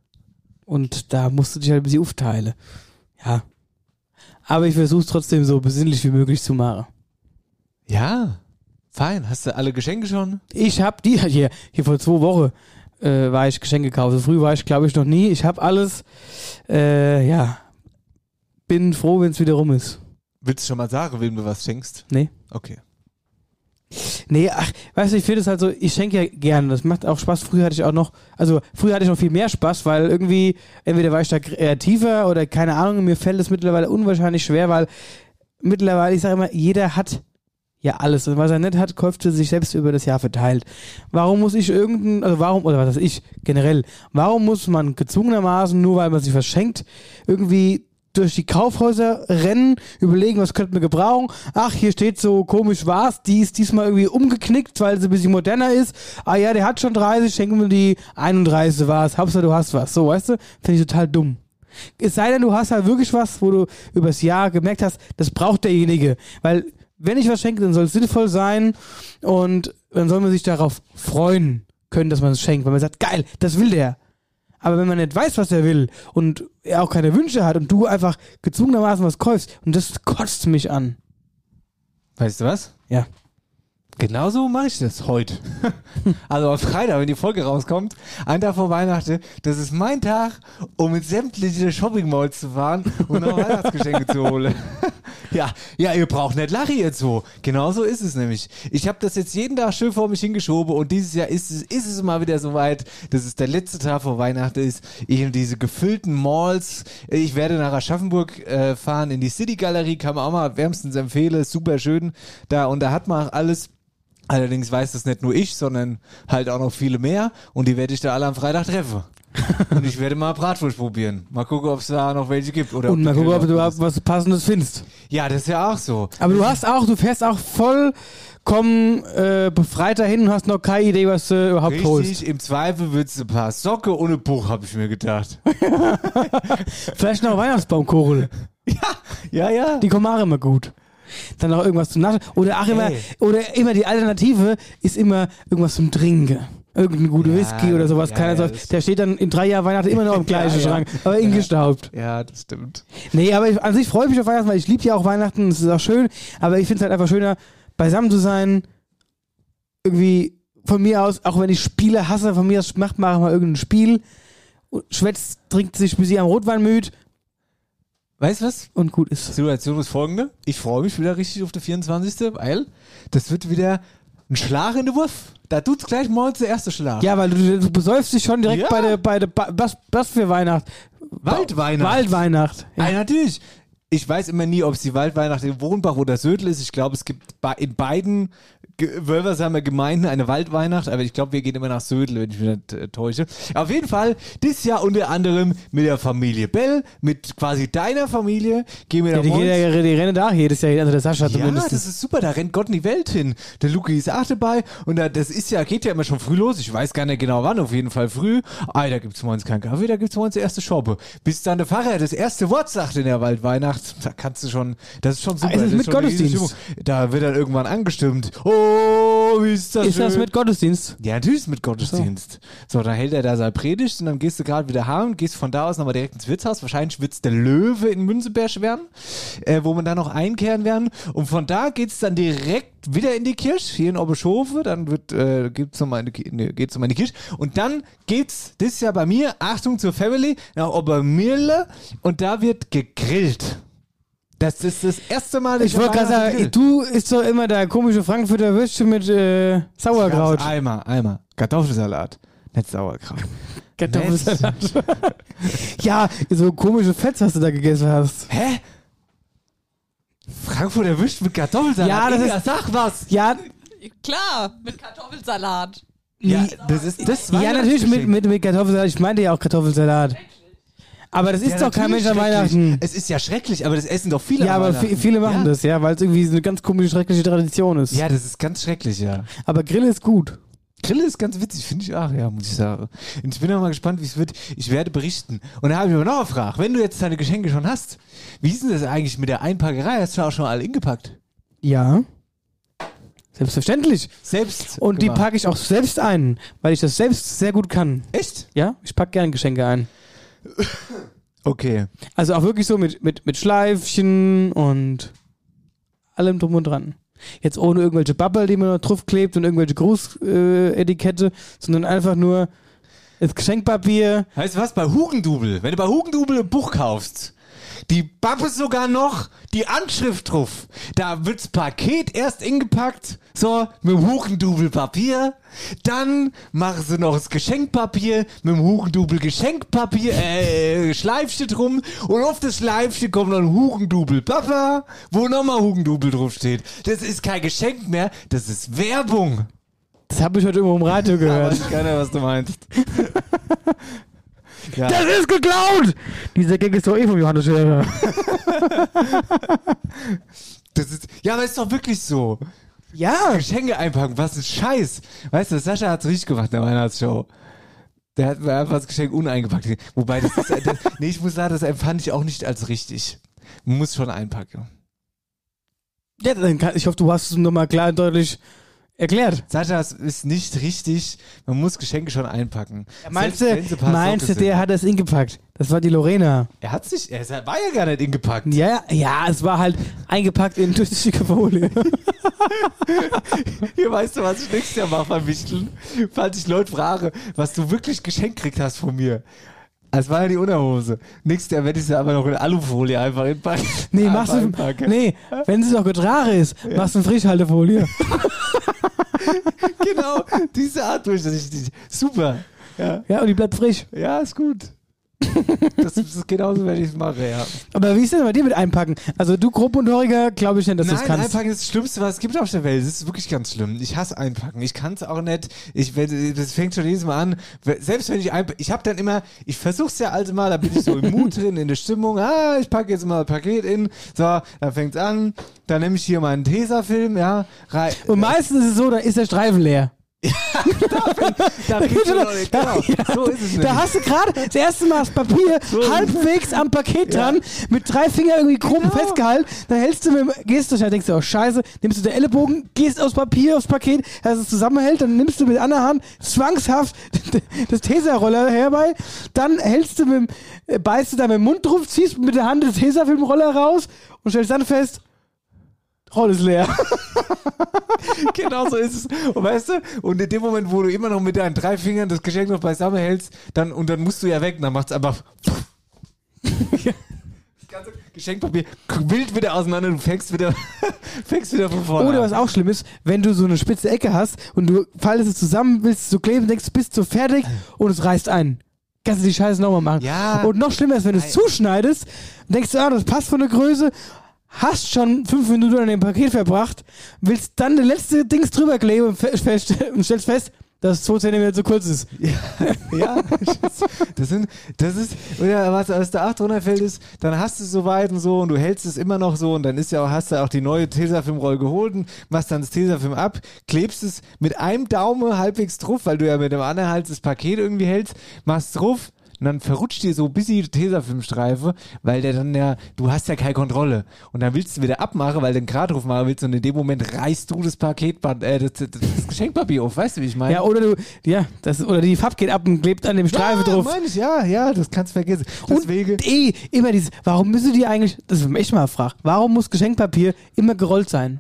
Und da musst du dich halt ein bisschen aufteilen. Ja. Aber ich versuche es trotzdem so besinnlich wie möglich zu machen. Ja. Fein. Hast du alle Geschenke schon? Ich hab die hier, hier vor zwei Wochen äh, war ich Geschenke gekauft. So früh war ich, glaube ich, noch nie. Ich habe alles. Äh, ja. Bin froh, wenn es wieder rum ist. Willst du schon mal sagen, wem du was schenkst? Nee. Okay. Nee, ach, weißt du, ich finde es halt so, ich schenke ja gerne, das macht auch Spaß. Früher hatte ich auch noch, also früher hatte ich noch viel mehr Spaß, weil irgendwie, entweder war ich da kreativer oder keine Ahnung, mir fällt es mittlerweile unwahrscheinlich schwer, weil mittlerweile, ich sage immer, jeder hat ja alles. Und was er nicht hat, kauft er sich selbst über das Jahr verteilt. Warum muss ich irgendein, also warum, oder was weiß ich, generell, warum muss man gezwungenermaßen, nur weil man sich was schenkt, irgendwie durch die Kaufhäuser rennen, überlegen, was könnte man gebrauchen. Ach, hier steht so komisch was, die ist diesmal irgendwie umgeknickt, weil sie ein bisschen moderner ist. Ah ja, der hat schon dreißig, schenken wir die einunddreißig was. Hauptsache du hast was. So, weißt du? Finde ich total dumm. Es sei denn, du hast halt wirklich was, wo du übers Jahr gemerkt hast, das braucht derjenige. Weil, wenn ich was schenke, dann soll es sinnvoll sein und dann soll man sich darauf freuen können, dass man es schenkt, weil man sagt, geil, das will der. Aber wenn man nicht weiß, was er will und er auch keine Wünsche hat und du einfach gezwungenermaßen was kaufst, und das kotzt mich an. Weißt du was? Ja. Genauso mache ich das heute. Also am Freitag, wenn die Folge rauskommt, ein Tag vor Weihnachten, das ist mein Tag, um in sämtliche Shopping-Malls zu fahren und noch Weihnachtsgeschenke zu holen. Ja, ja, ihr braucht nicht lachen jetzt so. Genauso ist es nämlich. Ich habe das jetzt jeden Tag schön vor mich hingeschoben und dieses Jahr ist es, ist es mal wieder soweit, dass es der letzte Tag vor Weihnachten ist. Ich in diese gefüllten Malls, ich werde nach Aschaffenburg äh, fahren, in die City-Galerie, kann man auch mal wärmstens empfehlen, super schön da und da hat man alles. Allerdings weiß das nicht nur ich, sondern halt auch noch viele mehr und die werde ich da alle am Freitag treffen. Und ich werde mal Bratwurst probieren. Mal gucken, ob es da noch welche gibt. Oder und mal gucken, ob du überhaupt was Passendes findest. Ja, das ist ja auch so. Aber du hast auch, du fährst auch vollkommen äh, befreit dahin und hast noch keine Idee, was du überhaupt Richtig, holst. Richtig, im Zweifel wird es ein paar Socke ohne Buch, habe ich mir gedacht. Vielleicht noch Weihnachtsbaumkohl. Ja, ja, ja. Die kommen auch immer gut. Dann noch irgendwas zum Naschen. Oder auch immer, Ey. oder immer die Alternative ist immer irgendwas zum Trinken. Irgendein guter Ja, Whisky oder sowas. ja, Keiner ja, sagt, der steht dann in drei Jahren Weihnachten immer noch im gleichen Ja, ja. Schrank, aber ingestaubt. Ja, das stimmt. Nee, aber ich, an sich freue ich mich auf Weihnachten, weil ich liebe ja auch Weihnachten, es ist auch schön, aber ich finde es halt einfach schöner, beisammen zu sein, irgendwie von mir aus, auch wenn ich Spiele hasse, von mir aus macht mal mal irgendein Spiel, schwätzt, trinkt sich bis sie am Rotwein müde Weißt du was? und gut Die ist. Situation ist folgende. Ich freue mich wieder richtig auf den vierundzwanzigsten weil das wird wieder ein Schlag in den Wurf. Da tut's gleich morgens der erste Schlag. Ja, weil du, du besäufst dich schon direkt Ja. bei der, bei der, ba- was, was für Weihnacht? Waldweihnacht. Waldweihnacht. Ja. Ja. Ah, natürlich. Ich weiß immer nie, ob es die Waldweihnacht in Wohnbach oder Södel ist. Ich glaube, es gibt bei- in beiden Ge- Wölfersheimer Gemeinden eine Waldweihnacht, aber ich glaube, wir gehen immer nach Södel, wenn ich mich nicht äh, täusche. Auf jeden Fall, dieses Jahr unter anderem mit der Familie Bell, mit quasi deiner Familie, gehen wir Ja, da die, morgens. die, die, die rennen da jedes Jahr, also der Sascha Ja, zumindest. das ist super, da rennt Gott in die Welt hin. Der Luki ist auch dabei und da, das ist ja, geht ja immer schon früh los. Ich weiß gar nicht genau wann, auf jeden Fall früh. Ah, da gibt's morgens keinen Kaffee, da gibt's morgens die erste Schoppe. Bis dann der Pfarrer das erste Wort sagt in der Waldweihnacht da kannst du schon, das ist schon super. Ah, ist es das mit schon eine riesige Gottesdienst? Stimmung. Da wird dann irgendwann angestimmt. Oh, wie ist das Ist schön. das mit Gottesdienst? Ja, natürlich ist mit Gottesdienst. So, dann hält er da seine Predigt und dann gehst du gerade wieder heim und gehst von da aus nochmal direkt ins Wirtshaus. Wahrscheinlich wird's der Löwe in Münzeberg werden, äh, wo man dann noch einkehren werden. Und von da geht's dann direkt wieder in die Kirche, hier in Oberschofe. Dann wird, äh, geht's nochmal in die, Ki- ne, geht's nochmal in die Kirche. Und dann geht's, das ist ja bei mir, Achtung zur Family, nach Obermirle und da wird gegrillt. Das ist das erste Mal, dass Ich wollte gerade sagen, du isst doch immer da komische Frankfurter Würstchen mit äh, Sauerkraut. Eimer, Eimer. Kartoffelsalat, nicht Sauerkraut. Kartoffelsalat. Ja, so komische Fetts hast du da gegessen hast. Hä? Frankfurter Würstchen mit Kartoffelsalat? Ja, das Inga, ist- sag was. Ja, Klar, mit Kartoffelsalat. Ja, das ist das ja natürlich mit, mit, mit Kartoffelsalat. Ich meinte ja auch Kartoffelsalat. Aber das ist Ja, doch kein Mensch an natürlich Weihnachten. schrecklich. Es ist ja schrecklich, aber das essen doch viele Ja, an aber Weihnachten. vi- viele machen ja. das, ja, weil es irgendwie so eine ganz komische, schreckliche Tradition ist. Ja, das ist ganz schrecklich, ja. Aber Grill ist gut. Grill ist ganz witzig, finde ich auch, ja, muss ich sagen. Und ich bin auch mal gespannt, wie es wird. Ich werde berichten. Und da habe ich mir noch eine Frage. Wenn du jetzt deine Geschenke schon hast, wie ist denn das eigentlich mit der Einpackerei? Hast du auch schon alle ingepackt? Ja. Selbstverständlich. Selbst Und die gemacht. packe ich auch selbst ein, weil ich das selbst sehr gut kann. Echt? Ja, ich packe gern Geschenke ein. Okay. Also auch wirklich so mit, mit, mit Schleifchen und allem drum und dran. Jetzt ohne irgendwelche Babbel, die man noch drauf klebt und irgendwelche Grußetikette, äh, Etikette, sondern einfach nur das Geschenkpapier. Weißt du was? Bei Hugendubel, wenn du bei Hugendubel ein Buch kaufst, die Pappe sogar noch die Anschrift drauf. Da wird's Paket erst ingepackt, so, mit dem Hugendubel-Papier. Dann machen sie noch das Geschenkpapier mit dem Hugendubel-Geschenkpapier, äh, Schleifchen drum. Und auf das Schleifchen kommt noch ein Hugendubel-Papa, wo nochmal Hugendubel draufsteht. Das ist kein Geschenk mehr, das ist Werbung. Das habe ich heute immer im Radio Da gehört. weiß keiner, was du meinst. Ja. Das ist geklaut! Dieser Gag ist doch eh vom Johannes Scherer. Das ist, ja, aber ist doch wirklich so. Ja. Geschenke einpacken, was ein Scheiß. Weißt du, Sascha hat's richtig gemacht in der Weihnachtsshow. Der hat mir einfach das Geschenk uneingepackt. Wobei, das ist, das, nee, ich muss sagen, das empfand ich auch nicht als richtig. Man muss schon einpacken. Ja, dann kann, ich hoffe, du hast es nochmal klar und deutlich erklärt. Sascha, es ist nicht richtig. Man muss Geschenke schon einpacken. Meinst Selbst du, wenn sie paar meinst du, Socke der sind. hat das ingepackt? Das war die Lorena. Er hat sich, er war ja gar nicht ingepackt. Ja, ja, es war halt eingepackt in durchsichtige Folie. Hier, weißt du, was ich nächstes Jahr mache beim Wichteln? Falls ich Leute frage, was du wirklich geschenkt kriegt hast von mir. Das war ja die Unterhose. Nächstes Jahr werde ich sie aber noch in Alufolie einfach hinpacken. Nee, Einfach machst du, einpacken. nee, wenn es noch Getrage ist, machst du eine Frischhaltefolie. Genau, diese Art durchsichtig. Super. Ja, Ja, und die bleibt frisch. ja, ist gut. Das ist genauso, wenn ich es mache, ja. Aber wie ist denn bei dir mit Einpacken? Also du Grobmotoriker, glaube ich nicht, dass du das Nein, kannst. Einpacken ist das Schlimmste, was es gibt auf der Welt. Das ist wirklich ganz schlimm. Ich hasse Einpacken. Ich kann es auch nicht. Ich, wenn- das fängt schon jedes Mal an. Selbst wenn ich einpacke, ich habe dann immer, ich versuch's ja also mal, da bin ich so im Mut drin, in der Stimmung. Ah, ich packe jetzt mal ein Paket in. So, dann fängt's an. Dann nehme ich hier meinen Tesafilm, ja. Rei Und meistens ist es so, da ist der Streifen leer. da Da, geht's du noch noch- nicht. da, Genau, ja, so ist es da nämlich. hast du gerade das erste Mal das Papier halbwegs am Paket Ja. dran, mit drei Fingern irgendwie grob Genau. festgehalten, dann hältst du mit dem, gehst du, dann denkst du, oh scheiße, nimmst du den Ellenbogen, gehst aufs Papier, aufs Paket, dass es zusammenhält, dann nimmst du mit der anderen Hand zwangshaft das Tesa-Roller herbei, dann hältst du mit dem, äh, beißt du da mit dem Mund drauf, ziehst mit der Hand den Tesafilm-Roller raus und stellst dann fest, Roll ist leer. Genau so ist es. Und weißt du, und in dem Moment, wo du immer noch mit deinen drei Fingern das Geschenk noch beisammen hältst, dann, und dann musst du ja weg, dann macht's einfach. Das ganze Geschenkpapier wild wieder auseinander, du fängst wieder, fängst wieder von vorne Oder an. was auch schlimm ist, wenn du so eine spitze Ecke hast und du faltest es zusammen, willst du kleben, denkst, du bist so fertig und es reißt ein. Kannst du die Scheiße nochmal machen. Ja. Und noch schlimmer ist, wenn du es zuschneidest und denkst, ah, das passt von der Größe, hast schon fünf Minuten an dem Paket verbracht, willst dann das letzte Dings drüber kleben und, fe- fest, und stellst fest, dass es zwei Zentimeter zu kurz ist. Ja, das sind, das ist, oder was aus der acht runterfällt ist, dann hast du es soweit und so und du hältst es immer noch so und dann ist ja auch, hast du auch die neue Tesafilm-Rolle geholt und machst dann das Tesafilm ab, klebst es mit einem Daumen halbwegs drauf, weil du ja mit dem anderen Hals das Paket irgendwie hältst, machst drauf, und dann verrutscht dir so ein bisschen die Tesafilmstreife, weil der dann ja, du hast ja keine Kontrolle. Und dann willst du wieder abmachen, weil du einen Gradruf machen willst und in dem Moment reißt du das Paketband, äh, das, das, das Geschenkpapier auf, weißt du, wie ich meine? Ja, oder du, ja, das, oder die Farbe geht ab und klebt an dem Streifen ja, drauf. Meine ich, ja, ja, das kannst du vergessen. Deswegen, Und eh, immer dieses, warum müssen die eigentlich, das ist mir echt mal gefragt, warum muss Geschenkpapier immer gerollt sein?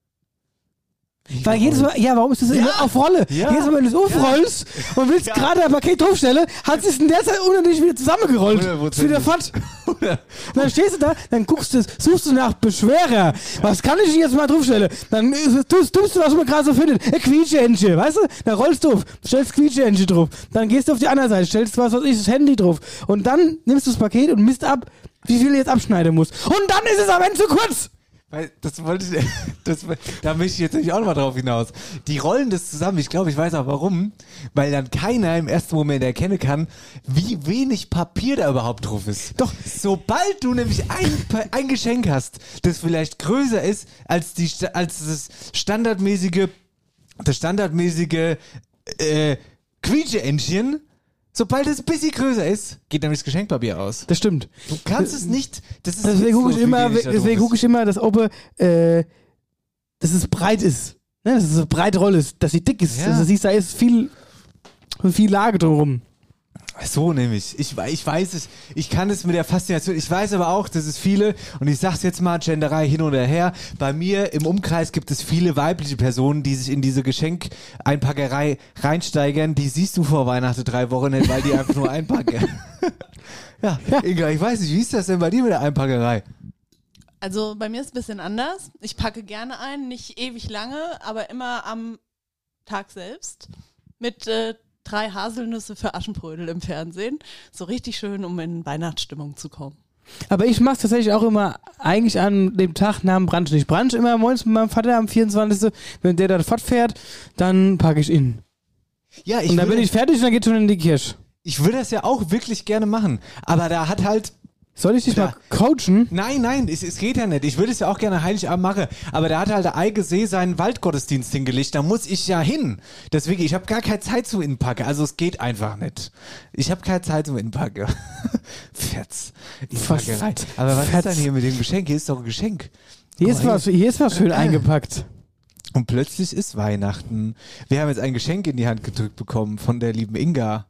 Weil jedes Mal, ja, warum ist das immer auf Rolle? Ja. Jedes Mal, wenn du es aufrollst ja. und willst ja. gerade ein Paket draufstellen, hat es in der Zeit unendlich wieder zusammengerollt. Ist wieder fort. Und dann stehst du da, dann guckst du, suchst du nach Beschwerer. Was kann ich denn jetzt mal draufstellen? Dann tust, tust du, was man gerade so findet. Ein Quietscheentchen, weißt du? Dann rollst du auf, stellst Quietscheentchen drauf. Dann gehst du auf die andere Seite, stellst was weiß ich, das Handy drauf. Und dann nimmst du das Paket und misst ab, wie viel du jetzt abschneiden musst. Und dann ist es am Ende zu kurz. Weil das wollte ich, das, da möchte ich jetzt natürlich auch noch mal drauf hinaus. Die rollen das zusammen, ich glaube, ich weiß auch warum, weil dann keiner im ersten Moment erkennen kann, wie wenig Papier da überhaupt drauf ist. Doch, sobald du nämlich ein, ein Geschenk hast, das vielleicht größer ist als die, als das standardmäßige, das standardmäßige, äh, Quietscheentchen, sobald es ein bisschen größer ist, geht nämlich das Geschenkpapier aus. Das stimmt. Du kannst es nicht, das ist deswegen gucke ich immer, deswegen gucke ich immer, dass ob, äh, dass es breit ist. Ne? Dass es so breit roll ist, dass sie dick ist. Ja. Also siehst, da ist viel, viel Lage drumherum. So nämlich. Ich, ich weiß es, ich kann es mit der Faszination, ich weiß aber auch, dass es viele, und ich sag's jetzt mal, Genderei hin oder her, bei mir im Umkreis gibt es viele weibliche Personen, die sich in diese Geschenkeinpackerei reinsteigern, die siehst du vor Weihnachten drei Wochen nicht, weil die einfach nur einpacken. ja, ja, Inga, ich weiß nicht, wie ist das denn bei dir mit der Einpackerei? Also bei mir ist es ein bisschen anders. Ich packe gerne ein, nicht ewig lange, aber immer am Tag selbst mit äh, drei Haselnüsse für Aschenbrödel im Fernsehen. So richtig schön, um in Weihnachtsstimmung zu kommen. Aber ich mache tatsächlich auch immer, eigentlich an dem Tag nach dem Brunch. Ich brunch immer morgens mit meinem Vater am vierundzwanzigsten Wenn der dann fortfährt, dann packe ich ihn. Ja, ich und dann würde, bin ich fertig und dann geht schon in die Kirche. Ich würde das ja auch wirklich gerne machen, aber da hat halt... Soll ich dich da, mal coachen? Nein, nein, es, es geht ja nicht. Ich würde es ja auch gerne Heiligabend machen, aber da hat halt der Eigensee seinen Waldgottesdienst hingelegt, da muss ich ja hin. Deswegen, ich habe gar keine Zeit zum Inpacken, also es geht einfach nicht. Ich habe keine Zeit zum Inpacken. Fetz. Inpackerei. Aber was Fetz. Ist denn hier mit dem Geschenk? Hier ist doch ein Geschenk. Hier, ist, was, hier ist was schön äh. eingepackt. Und plötzlich ist Weihnachten. Wir haben jetzt ein Geschenk in die Hand gedrückt bekommen von der lieben Inga.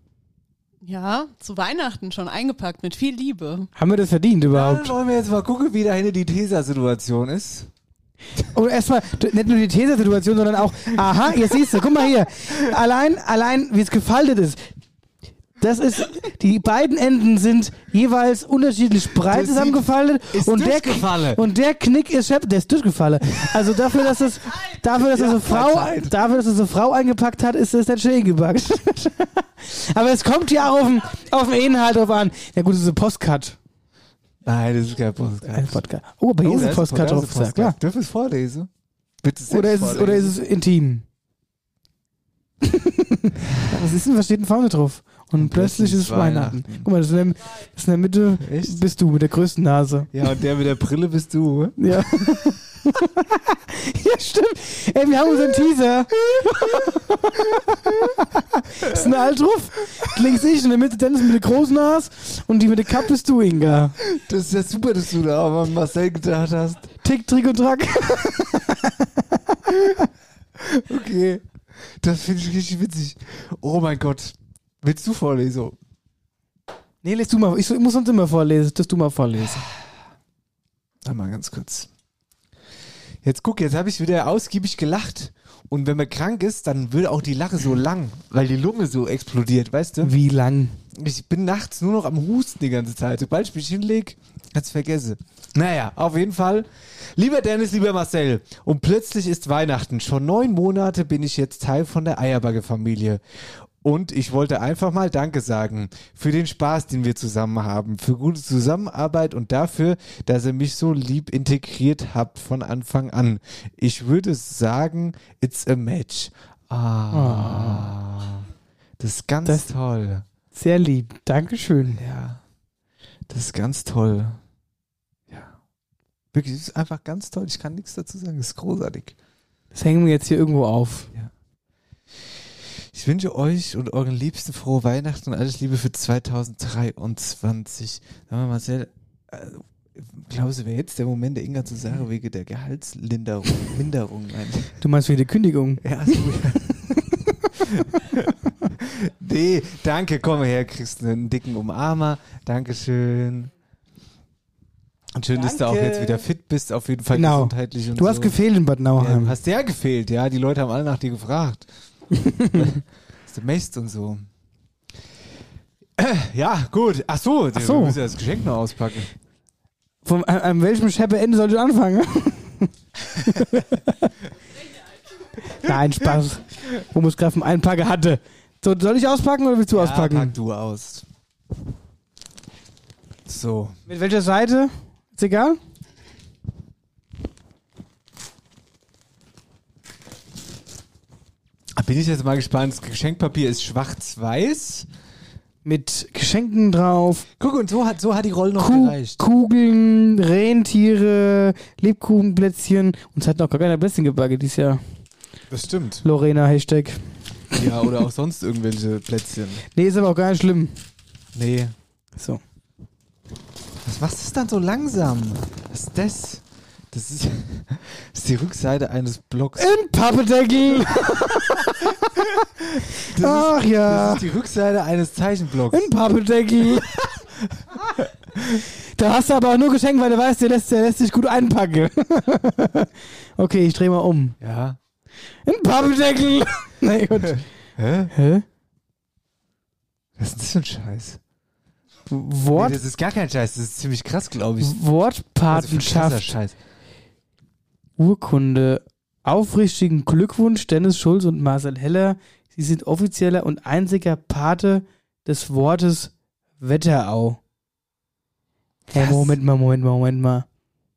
Ja, zu Weihnachten schon eingepackt, mit viel Liebe. Haben wir das verdient überhaupt? Dann wollen wir jetzt mal gucken, wie dahinter die Tesa-Situation ist. Und erstmal, nicht nur die Tesa-Situation, sondern auch, aha, jetzt siehst du, guck mal hier, allein, allein, wie es gefaltet ist. Das ist, die beiden Enden sind jeweils unterschiedlich breit zusammengefaltet und der, und der Knick ist, der ist durchgefallen. Also dafür, dass es, dafür, dass ja, es eine Frau, dafür, dass es eine Frau eingepackt hat, ist es dann schön gepackt. Aber es kommt ja auch auf den, auf den Inhalt drauf an. Ja gut, das ist ein Postcard. Nein, das ist kein Postcard. Ein Postcard. Oh, aber hier oh, ist ein Postcard drauf. Ja, klar. Dürfen wir es vorlesen? Bitte selbst oder ist vorlesen. Es, oder ist es intim? Was ist denn, was steht denn vorne drauf? Und, und plötzlich ist es Weihnachten. Weihnachten. Guck mal, das ist in, der, das ist in der Mitte. Echt? Bist du mit der größten Nase. Ja, und der mit der Brille bist du. Ja. Ja, stimmt. Ey, wir haben unseren Teaser. Das ist ein Altruf. Links ich, in der Mitte Dennis mit der großen Nase und die mit der Kappe bist du, Inga. Das ist ja super, dass du da aber an Marcel gedacht hast. Tick, Trick und Track. Okay. Das finde ich richtig witzig. Oh mein Gott. Willst du vorlesen? Nee, lest du mal. Ich muss sonst immer vorlesen, dass du mal vorlesen. Warte mal ganz kurz. Jetzt guck, jetzt habe ich wieder ausgiebig gelacht. Und wenn man krank ist, dann wird auch die Lache so lang, weil die Lunge so explodiert, weißt du? Wie lang? Ich bin nachts nur noch am Husten die ganze Zeit. Sobald ich mich hinlege, kannst du vergessen. Naja, auf jeden Fall. Lieber Dennis, lieber Marcel, und plötzlich ist Weihnachten. Schon neun Monate bin ich jetzt Teil von der Eierbagge-Familie. Und ich wollte einfach mal Danke sagen für den Spaß, den wir zusammen haben, für gute Zusammenarbeit und dafür, dass ihr mich so lieb integriert habt von Anfang an. Ich würde sagen, it's a match. Ah, oh. Das ist ganz das toll. Sehr lieb. Dankeschön. Ja, das ist ganz toll. Ja, wirklich, das ist einfach ganz toll. Ich kann nichts dazu sagen, das ist großartig. Das hängen wir jetzt hier irgendwo auf. Ja. Ich Ich wünsche euch und euren Liebsten frohe Weihnachten und alles Liebe für zwanzig dreiundzwanzig. Sag mal, Marcel, äh, glaubst du, wäre jetzt der Moment, der Inga zu sagen, wegen der Gehaltslinderung, Minderung? Nein. Du meinst wegen der Kündigung? Ja, so, ja. Nee, danke, komm her, kriegst einen dicken Umarmer. Dankeschön. Und schön, Danke. dass du auch jetzt wieder fit bist, auf jeden Fall Genau. gesundheitlich und Du so. hast gefehlt in Bad Ja, Nauheim. du hast ja gefehlt, ja. Die Leute haben alle nach dir gefragt. Ist der Mist und so. Ja, gut. Ach so, Ach so. wir müssen ja das Geschenk noch auspacken. Von, an, an welchem Scheppe Ende soll ich anfangen? Nein, Spaß. Wo muss gerade vom Einpacken hatte. So, soll ich auspacken oder willst du Ja, auspacken? pack du aus. So. Mit welcher Seite? Ist egal? Bin ich jetzt mal gespannt. Das Geschenkpapier ist schwarz-weiß. Mit Geschenken drauf. Guck, und so hat, so hat die Rolle noch Kuh, gereicht. Kugeln, Rentiere, Lebkuchenplätzchen. Uns hat noch gar keiner Plätzchen gebacken dieses Jahr. Das stimmt. Lorena, Hashtag. Ja, oder auch sonst irgendwelche Plätzchen. Nee, ist aber auch gar nicht schlimm. Nee. So. Was machst du dann so langsam? Was ist das? Das ist, das ist die Rückseite eines Blocks. Ein Pappedeckel. Das Ach ist, ja. Das ist die Rückseite eines Zeichenblocks. Ein Pappedeckel. Da hast du aber auch nur geschenkt, weil du weißt, der lässt, der lässt sich gut einpacken. Okay, ich dreh mal um. Ja. Ein Pappedeckel. Nee, gut. Hä? Hä? Was ist das für ein Scheiß? Wort, Nee, das ist gar kein Scheiß, das ist ziemlich krass, glaube ich. Also für Wortpatenschaft. krasser Scheiß. Urkunde. Aufrichtigen Glückwunsch, Dennis Schulz und Marcel Heller. Sie sind offizieller und einziger Pate des Wortes Wetterau. Hey, Was? Moment mal, Moment mal, Moment mal.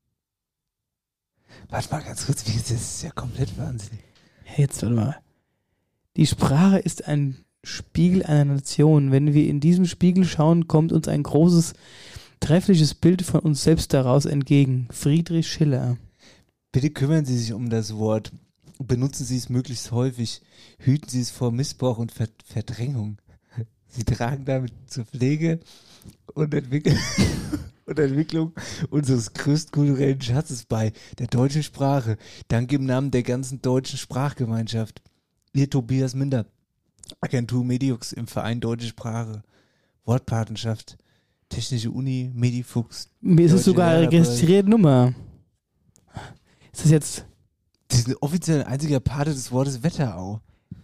Warte mal ganz kurz, wie ist das? Das ist ja komplett wahnsinnig. Hey, jetzt warte mal. Die Sprache ist ein Spiegel einer Nation. Wenn wir in diesem Spiegel schauen, kommt uns ein großes, treffliches Bild von uns selbst daraus entgegen. Friedrich Schiller. Bitte kümmern Sie sich um das Wort. Benutzen Sie es möglichst häufig. Hüten Sie es vor Missbrauch und Ver- Verdrängung. Sie tragen damit zur Pflege und, Entwick- und Entwicklung unseres größten kulturellen Schatzes bei, der deutschen Sprache. Danke im Namen der ganzen deutschen Sprachgemeinschaft. Ihr Tobias Minder, Agentur Mediux im Verein Deutsche Sprache, Wortpatenschaft, Technische Uni, Medifuchs. Mir ist es Deutsche sogar eine Lehrerbereich. registrierte Nummer. Ist das jetzt... Die sind offiziell ein einziger Pate des Wortes Wetterau.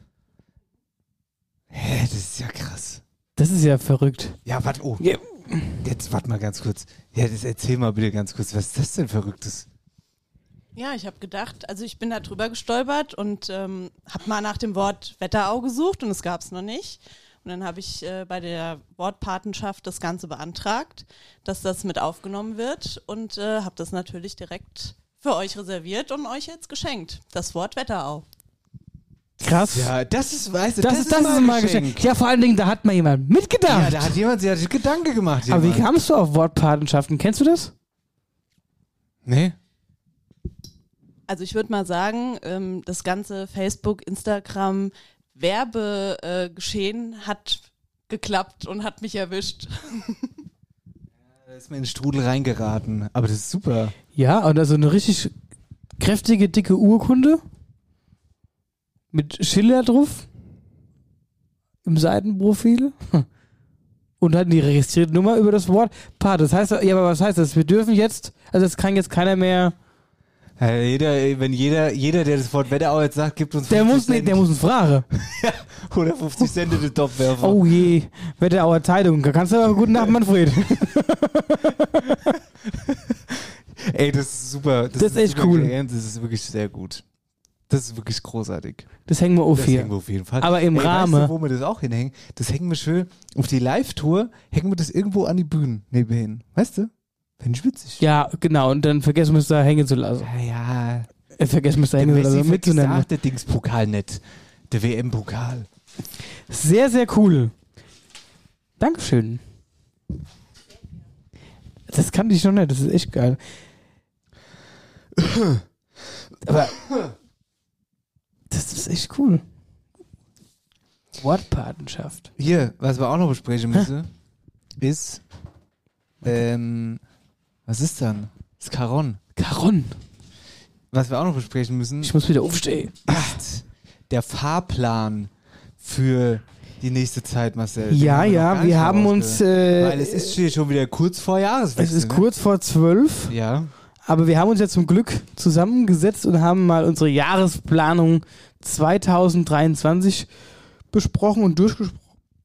Hä, das ist ja krass. Das ist ja verrückt. Ja, warte, oh. Ja. Jetzt warte mal ganz kurz. Ja, das erzähl mal bitte ganz kurz, was ist das denn Verrücktes? Ja, ich habe gedacht, also ich bin da drüber gestolpert und ähm, habe mal nach dem Wort Wetterau gesucht und es gab es noch nicht. Und dann habe ich äh, bei der Wortpatenschaft das Ganze beantragt, dass das mit aufgenommen wird und äh, habe das natürlich direkt für euch reserviert und euch jetzt geschenkt. Das Wort Wetterau. Krass. Ja, das ist, weißt du, das, ist, das ist mal geschenkt. Ja, vor allen Dingen, da hat mal jemand Ja, mitgedacht. da hat jemand sich hat sich Gedanken gemacht. Aber wie jemand. kamst du auf Wortpatenschaften? Kennst du das? Nee. Also ich würde mal sagen, ähm, das ganze Facebook, Instagram, Werbegeschehen äh, hat geklappt und hat mich erwischt. Da ist mir in den Strudel reingeraten. Aber das ist super. Ja, und also eine richtig kräftige, dicke Urkunde mit Schiller drauf im Seitenprofil und dann die registrierte Nummer über das Wort Pate. Das heißt, ja, aber was heißt das? Wir dürfen jetzt, also es kann jetzt keiner mehr. Ja, jeder, wenn jeder, jeder, der das Wort Wetterau jetzt sagt, gibt uns Der fünfzig muss nicht, Cent. der muss uns fragen. Oder fünfzig Cent in den Topf werfen. Oh je, Wetterauer Zeitung. Da kannst du aber guten Nacht, Manfred. Ey, das ist super. Das ist echt super cool. gelernt. Das ist wirklich sehr gut. Das ist wirklich großartig. Das hängen wir auf Das hier. hängen wir auf jeden Fall. Aber im Ey, Rahmen. Weißt du, wo wir das auch hinhängen? Das hängen wir schön auf die Live-Tour, hängen wir das irgendwo an die Bühnen nebenhin. Weißt du? Finde ich witzig. Ja, genau. Und dann vergessen wir es da hängen zu lassen. Ja, ja. Äh, Vergessen wir es da Der hängen zu Messi lassen. Mitzunehmen. vergisst der Dingspokal nicht. Der W M-Pokal. Sehr, sehr cool. Dankeschön. Das kannte ich noch nicht. Das ist echt geil. Aber das ist echt cool. Wortpatenschaft. Hier, was wir auch noch besprechen müssen, ist, ähm, was ist dann? Das Caron. Caron. Was wir auch noch besprechen müssen, Ich muss wieder aufstehen. ist der Fahrplan für die nächste Zeit, Marcel. Den Ja, haben wir noch gar ja, nicht wir mal haben uns, rausgehört. äh, Weil es ist hier schon wieder kurz vor Jahreswechsel. es ist ne? kurz vor zwölf, Ja. aber wir haben uns ja zum Glück zusammengesetzt und haben mal unsere Jahresplanung zwanzig dreiundzwanzig besprochen und durchgesprochen.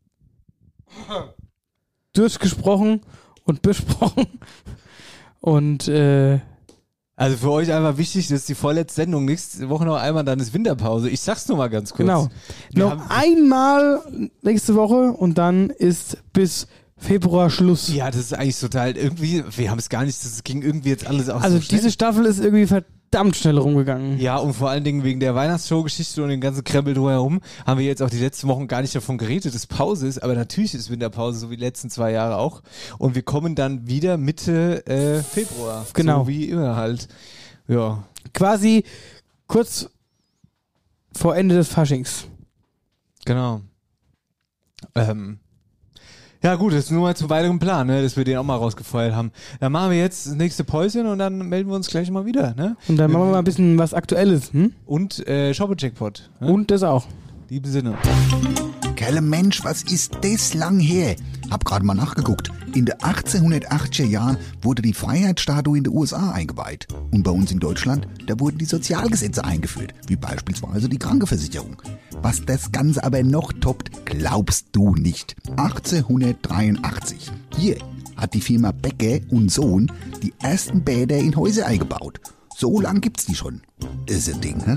durchgesprochen und besprochen. Und äh, Also für euch einfach wichtig, das ist die vorletzte Sendung. Nächste Woche noch einmal, dann ist Winterpause. Ich sag's nur mal ganz kurz. genau. Wir Noch haben- einmal nächste Woche und dann ist bis Februar Schluss. Ja, das ist eigentlich total irgendwie, wir haben es gar nicht, das ging irgendwie jetzt alles auch Also so schnell. diese Staffel ist irgendwie verdammt schnell rumgegangen. Ja, und vor allen Dingen wegen der Weihnachtsshow-Geschichte und dem ganzen Krempel drumherum haben wir jetzt auch die letzten Wochen gar nicht davon geredet, dass Pause ist, aber natürlich ist Winterpause, so wie die letzten zwei Jahre auch. Und wir kommen dann wieder Mitte äh, Februar. Genau. So wie immer halt. Ja. Quasi kurz vor Ende des Faschings. Genau. Ähm. Ja gut, das ist nur mal zum weiteren Plan, ne, dass wir den auch mal rausgefeuert haben. Dann machen wir jetzt das nächste Päuschen und dann melden wir uns gleich mal wieder. Ne? Und dann machen wir mal ein bisschen was Aktuelles. Hm? Und äh, Shoppe-Jackpot. Ne? Und das auch. In diesem Sinne. Kelle Mensch, was ist das lang her? Hab gerade mal nachgeguckt. In den achtzehnhundertachtziger Jahren wurde die Freiheitsstatue in den U S A eingeweiht. Und bei uns in Deutschland, da wurden die Sozialgesetze eingeführt, wie beispielsweise die Krankenversicherung. Was das Ganze aber noch toppt, glaubst du nicht. achtzehnhundertdreiundachtzig. Hier hat die Firma Becker und Sohn die ersten Bäder in Häuser eingebaut. So lang gibt's die schon. Ist ein Ding, hä?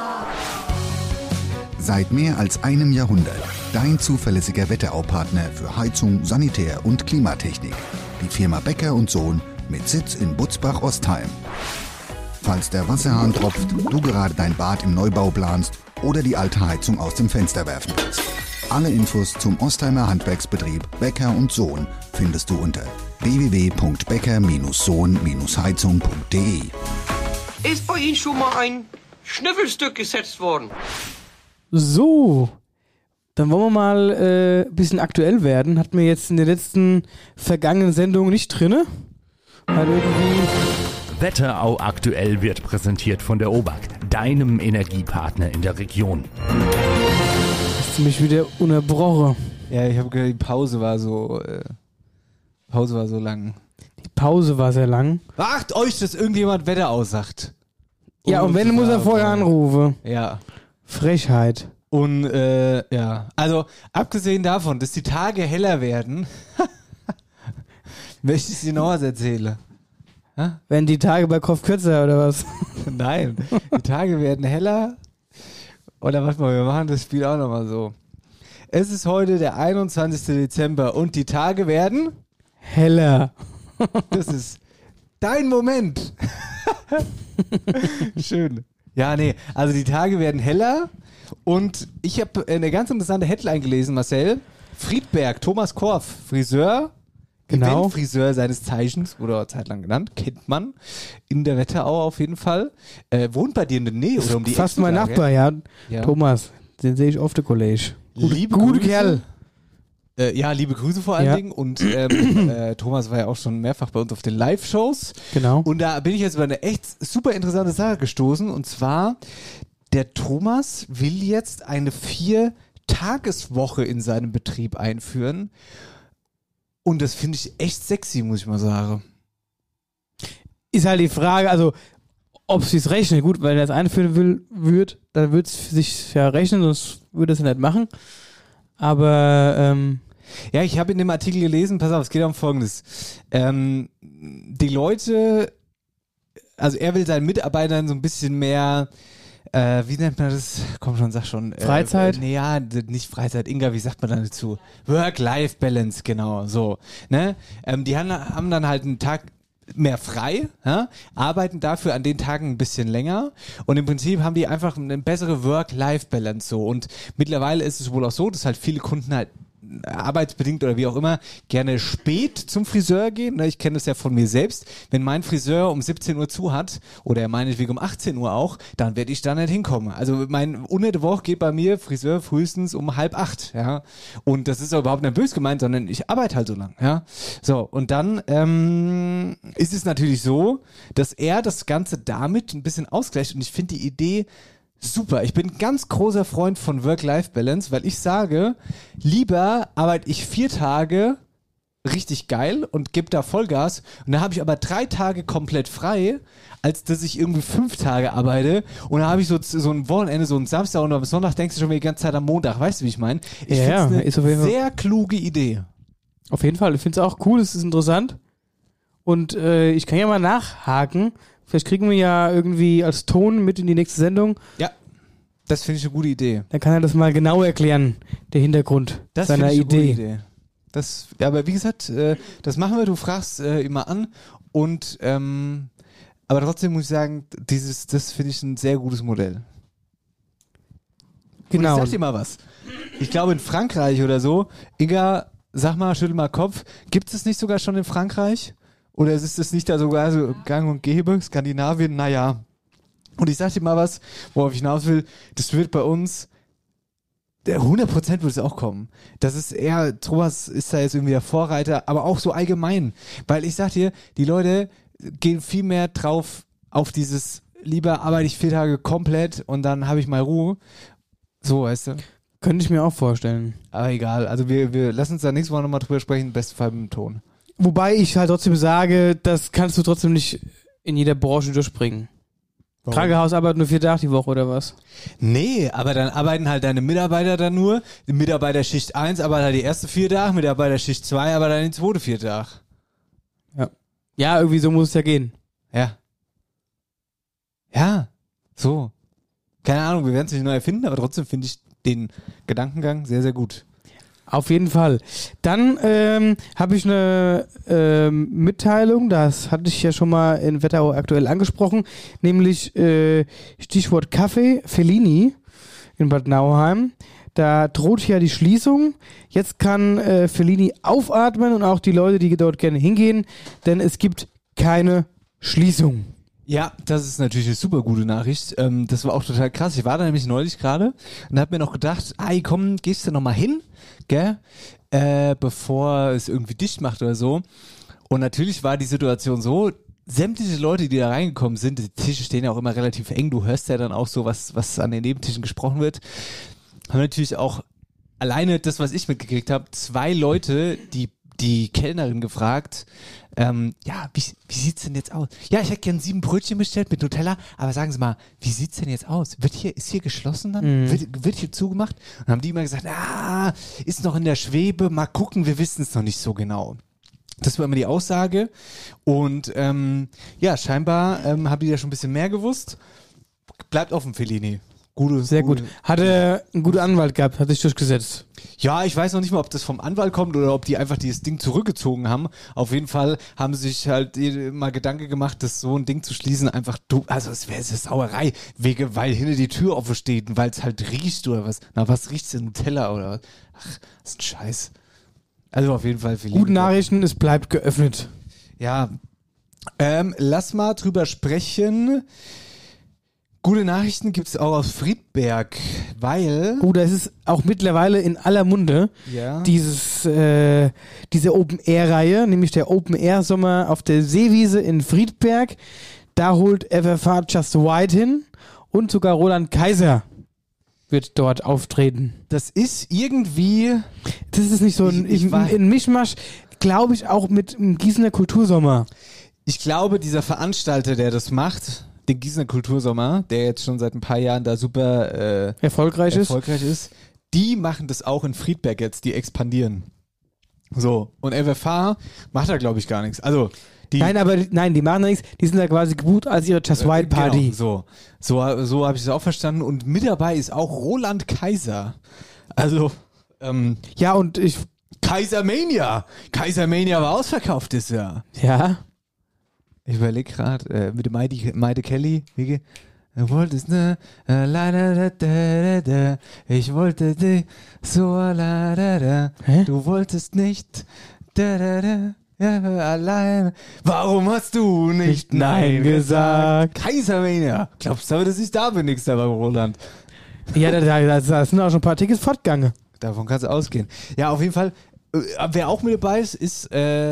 Seit mehr als einem Jahrhundert dein zuverlässiger Wetterau-Partner für Heizung, Sanitär und Klimatechnik. Die Firma Becker und Sohn mit Sitz in Butzbach-Ostheim. Falls der Wasserhahn tropft, du gerade dein Bad im Neubau planst oder die alte Heizung aus dem Fenster werfen willst. Alle Infos zum Ostheimer Handwerksbetrieb Becker und Sohn findest du unter w w w punkt becker sohn heizung punkt d e. Ist bei Ihnen schon mal ein Schnüffelstück gesetzt worden? So, dann wollen wir mal äh, ein bisschen aktuell werden. Hatten wir jetzt in den letzten vergangenen Sendungen nicht drinne. Weil irgendwie Wetterau aktuell wird präsentiert von der O B A K, deinem Energiepartner in der Region. hast du mich wieder unterbrochen. Ja, ich habe gehört, die Pause war so, äh, Pause war so lang. Die Pause war sehr lang. Wacht euch, dass irgendjemand Wetter aussagt. Ja, und wenn, muss er vorher anrufen. Ja. Frechheit. Und, äh, ja. Also, abgesehen davon, dass die Tage heller werden, möchte ich dir noch was erzählen. Ha? Werden die Tage bei Kopf kürzer oder was? Nein, die Tage werden heller. Oder warte mal, wir machen das Spiel auch nochmal so. Es ist heute der einundzwanzigster Dezember und die Tage werden heller. Das ist dein Moment. Schön. Ja, nee, also die Tage werden heller und ich habe eine ganz interessante Headline gelesen, Marcel. Friedberg, Thomas Korff, Friseur, Genau. Eventfriseur seines Zeichens, wurde zeitlang genannt, kennt man in der Wetterau auf jeden Fall. Äh, wohnt bei dir in der Nähe oder um die Fast Ecke mein sogar, Nachbar, gell? ja. Ja. Thomas, den sehe ich auf der College. Gute, Liebe gute Grüße. Kerl. Äh, ja, liebe Grüße vor allen Ja. Dingen. Und ähm, äh, Thomas war ja auch schon mehrfach bei uns auf den Live-Shows. Genau. Und da bin ich jetzt über eine echt super interessante Sache gestoßen. Und zwar, der Thomas will jetzt eine Vier-Tageswoche in seinem Betrieb einführen. Und das finde ich echt sexy, muss ich mal sagen. Ist halt die Frage, also ob es sich rechnet. Gut, weil er das einführen will, wird, dann wird es sich ja rechnen, sonst würde er es ja nicht machen. Aber ähm, Ja, ich habe in dem Artikel gelesen, pass auf, es geht um Folgendes. Ähm, die Leute, also er will seinen Mitarbeitern so ein bisschen mehr, äh, wie nennt man das? Komm schon, sag schon. Äh, Freizeit? Äh, nee, ja, d- nicht Freizeit, Inga, wie sagt man dann dazu? Work-Life-Balance, genau, so. Ne? Ähm, die haben, haben dann halt einen Tag mehr frei, ja? Arbeiten dafür an den Tagen ein bisschen länger und im Prinzip haben die einfach eine bessere Work-Life-Balance so und mittlerweile ist es wohl auch so, dass halt viele Kunden halt arbeitsbedingt oder wie auch immer gerne spät zum Friseur gehen. Ne? Ich kenne das ja von mir selbst. Wenn mein Friseur um siebzehn Uhr zu hat oder er meinetwegen um achtzehn Uhr auch, dann werde ich da nicht hinkommen. Also mein unter der Woche geht bei mir Friseur frühestens um halb acht. Ja? Und das ist auch überhaupt nicht böse gemeint, sondern ich arbeite halt so lang. Ja? So, und dann ähm, ist es natürlich so, dass er das Ganze damit ein bisschen ausgleicht und ich finde die Idee super. Ich bin ein ganz großer Freund von Work-Life-Balance, weil ich sage, lieber arbeite ich vier Tage richtig geil und gebe da Vollgas und dann habe ich aber drei Tage komplett frei, als dass ich irgendwie fünf Tage arbeite und dann habe ich so, so ein Wochenende, so ein Samstag und am Sonntag denkst du schon wieder die ganze Zeit am Montag. Weißt du, wie ich meine? Ich ja, finde es eine ist sehr kluge Idee. Auf jeden Fall. Ich finde es auch cool, es ist interessant und äh, ich kann ja mal nachhaken. Vielleicht kriegen wir ja irgendwie als Ton mit in die nächste Sendung. Ja, das finde ich eine gute Idee. Dann kann er das mal genau erklären, der Hintergrund das seiner ich Idee. Eine gute Idee. Das, ja, aber wie gesagt, äh, das machen wir, du fragst äh, immer an und ähm, aber trotzdem muss ich sagen, dieses, das finde ich ein sehr gutes Modell. Genau. Und ich sag dir mal was. Ich glaube in Frankreich oder so, Inga, sag mal, schüttel mal Kopf, gibt es nicht sogar schon in Frankreich? Oder ist es nicht da sogar so gang und gäbe? Skandinavien, naja. Und ich sag dir mal was, worauf ich hinaus will, das wird bei uns, hundert Prozent wird es auch kommen. Das ist eher, Thomas ist da jetzt irgendwie der Vorreiter, aber auch so allgemein. Weil ich sag dir, die Leute gehen viel mehr drauf auf dieses, lieber arbeite ich vier Tage komplett und dann habe ich mal Ruhe. So, weißt du. Könnte ich mir auch vorstellen. Aber egal, also wir, wir lassen uns da nächstes Mal nochmal drüber sprechen, im besten Fall mit dem Ton. Wobei ich halt trotzdem sage, das kannst du trotzdem nicht in jeder Branche durchbringen. Warum? Krankenhausarbeit nur vier Tage die Woche oder was? Nee, aber dann arbeiten halt deine Mitarbeiter dann nur. Die Mitarbeiterschicht eins arbeitet halt die erste vier Tage, Mitarbeiterschicht zwei aber dann die zweite vier Tage. Ja. Ja, irgendwie so muss es ja gehen. Ja. Ja, so. Keine Ahnung, wir werden es nicht neu erfinden, aber trotzdem finde ich den Gedankengang sehr, sehr gut. Auf jeden Fall. Dann ähm, habe ich eine ähm, Mitteilung, das hatte ich ja schon mal in Wetterau aktuell angesprochen, nämlich äh, Stichwort Kaffee, Fellini in Bad Nauheim. Da droht ja die Schließung. Jetzt kann äh, Fellini aufatmen und auch die Leute, die dort gerne hingehen, denn es gibt keine Schließung. Ja, das ist natürlich eine super gute Nachricht. Ähm, das war auch total krass. Ich war da nämlich neulich gerade und habe mir noch gedacht, ey, komm, gehst du noch mal hin, gell, äh, bevor es irgendwie dicht macht oder so. Und natürlich war die Situation so, sämtliche Leute, die da reingekommen sind, die Tische stehen ja auch immer relativ eng, du hörst ja dann auch so, was, was an den Nebentischen gesprochen wird, haben natürlich auch alleine das, was ich mitgekriegt habe, zwei Leute, die die Kellnerin gefragt, ähm, ja, wie, wie sieht's denn jetzt aus? Ja, ich hätte gern sieben Brötchen bestellt mit Nutella, aber sagen Sie mal, wie sieht's denn jetzt aus? Wird hier, ist hier geschlossen dann? Mhm. Wird, wird hier zugemacht? Und haben die immer gesagt, ah, ist noch in der Schwebe, mal gucken, wir wissen es noch nicht so genau. Das war immer die Aussage und ähm, ja, scheinbar ähm, haben die da schon ein bisschen mehr gewusst. Bleibt offen, Fellini. Gute, Sehr gute. gut. Hat er einen guten Anwalt gehabt, hat sich durchgesetzt. Ja, ich weiß noch nicht mal, ob das vom Anwalt kommt oder ob die einfach dieses Ding zurückgezogen haben. Auf jeden Fall haben sie sich halt mal Gedanke gemacht, das so ein Ding zu schließen, einfach du, also es wäre eine Sauerei, wege, weil hinter die Tür offen steht und weil es halt riecht oder was. Na, was riecht's denn? Nutella oder was? Ach, das ist ein Scheiß. Also auf jeden Fall viel Gute Nachrichten, es bleibt geöffnet. Ja, ähm, lass mal drüber sprechen. Gute Nachrichten gibt es auch aus Friedberg, weil... Oh, das ist auch mittlerweile in aller Munde, ja. dieses, äh, diese Open-Air-Reihe, nämlich der Open-Air-Sommer auf der Seewiese in Friedberg. Da holt F F H Just White hin und sogar Roland Kaiser wird dort auftreten. Das ist irgendwie... Das ist nicht so ein, ich, ich ein, ein Mischmasch, glaube ich, auch mit dem Gießener Kultursommer. Ich glaube, dieser Veranstalter, der das macht... den Gießener Kultursommer, der jetzt schon seit ein paar Jahren da super äh, erfolgreich, erfolgreich ist. ist, die machen das auch in Friedberg jetzt, die expandieren. So, und F F H macht da, glaube ich, gar nichts. Also, die, nein, aber nein, die machen da nichts, die sind da quasi gebucht als ihre Just White Party. Genau, so, so, so habe ich es auch verstanden. Und mit dabei ist auch Roland Kaiser. Also, ähm, ja, und ich... Kaisermania! Kaisermania war ausverkauft dieses Jahr. Ja. Ich überlege gerade, äh, mit Maide, Maide Kelly, wie, Du wolltest ne, äh, la, da, da, da, da. Ich wollte dich so, la, da, da. Hä? Du wolltest nicht, da, da, da, ja, alleine. Warum hast du nicht, Nicht Nein gesagt? Kaisermania. Glaubst du aber, dass ich da bin, nix da beim Roland? Ja, da, da, da sind auch schon ein paar Tickets fortgegangen. Davon kannst du ausgehen. Ja, auf jeden Fall. Äh, wer auch mit dabei ist, ist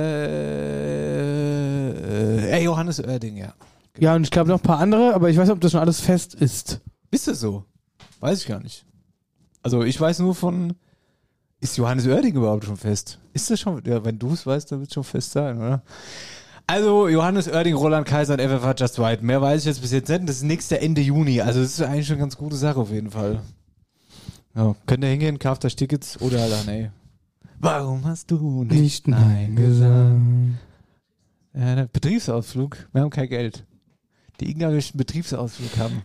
äh, äh, Johannes Oerding, ja. Ja, und ich glaube noch ein paar andere, aber ich weiß nicht, ob das schon alles fest ist. Ist das so? Weiß ich gar nicht. Also ich weiß nur von, ist Johannes Oerding überhaupt schon fest? Ist das schon? Ja, wenn du es weißt, dann wird es schon fest sein, oder? Also Johannes Oerding, Roland Kaiser und F F H Just Right. Mehr weiß ich jetzt bis jetzt nicht. Das ist nächste Ende Juni. Also das ist eigentlich schon eine ganz gute Sache auf jeden Fall. Ja, könnt ihr hingehen, kauft euch Tickets oder halt, ach, nee. Warum hast du nicht, Nicht Nein gesagt? Ja, der Betriebsausflug. Wir haben kein Geld. Die innerlichen Betriebsausflug haben.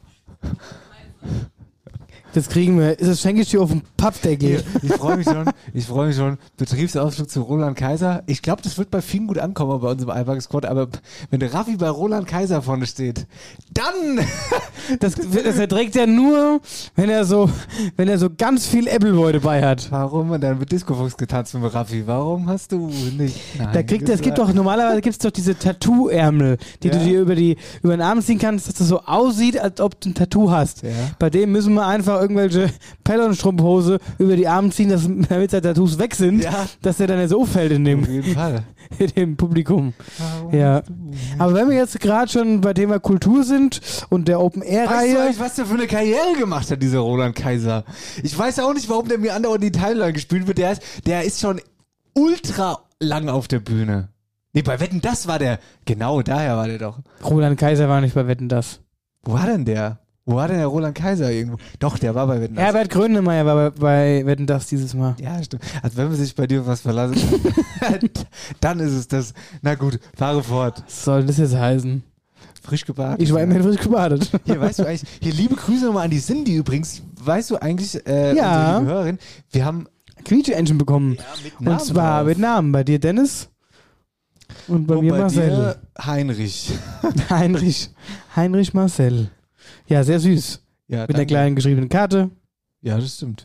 Das kriegen wir. Das schenke ich dir auf den Pappdeckel. Ich freue mich schon. Ich freue mich schon. Betriebsausflug zu Roland Kaiser. Ich glaube, das wird bei vielen gut ankommen bei uns im Alpha-Squad. Aber wenn der Raffi bei Roland Kaiser vorne steht, dann. Das, das erträgt er nur, wenn er so, wenn er so ganz viel Appleboy dabei hat. Warum? Und dann wird Discofuchs getanzt mit Raffi. Warum hast du nicht? Nein Da kriegt er, es gibt gesagt? doch, normalerweise gibt es doch diese Tattoo-Ärmel, die Ja. du dir über die, über den Arm ziehen kannst, dass das so aussieht, als ob du ein Tattoo hast. Ja. Bei dem müssen wir einfach irgendwelche Pellon-Strumpfhose über die Arme ziehen, dass, damit seine Tattoos weg sind, Ja. dass der dann nicht so auffällt in dem, Auf jeden Fall. in dem Publikum. Warum Ja. hast du nicht? Aber wenn wir jetzt gerade schon bei Thema Kultur sind und der Weißt du Open-Air-Reihe, eigentlich, was der für eine Karriere gemacht hat, dieser Roland Kaiser? Ich weiß auch nicht, warum der mir andauernd die Timeline gespielt wird. Der ist, der ist schon ultra lang auf der Bühne. Nee, bei Wetten, das war der. Genau, daher war der doch. Roland Kaiser war nicht bei Wetten, das. Wo war denn der? Wo war denn der Roland Kaiser irgendwo? Doch, der war bei Wetten, das. Herbert Grönemeyer war bei, bei Wetten, das dieses Mal. Ja, stimmt. Also wenn man sich bei dir auf was verlassen kann, dann ist es das. Na gut, fahre fort. Was soll das jetzt heißen? Frisch gebadet. Ich war immerhin frisch gebadet. Hier, weißt du eigentlich, hier liebe Grüße nochmal an die Cindy übrigens. Weißt du eigentlich, äh, Ja. unsere liebe Hörerin, wir haben Quietsche-Engine bekommen. mit Und zwar drauf. mit Namen. Bei dir Dennis und bei Und mir bei Marcel. dir Heinrich. Heinrich. Heinrich Marcel. Ja, sehr süß. Ja, Mit einer kleinen geschriebenen Karte. Ja, das stimmt.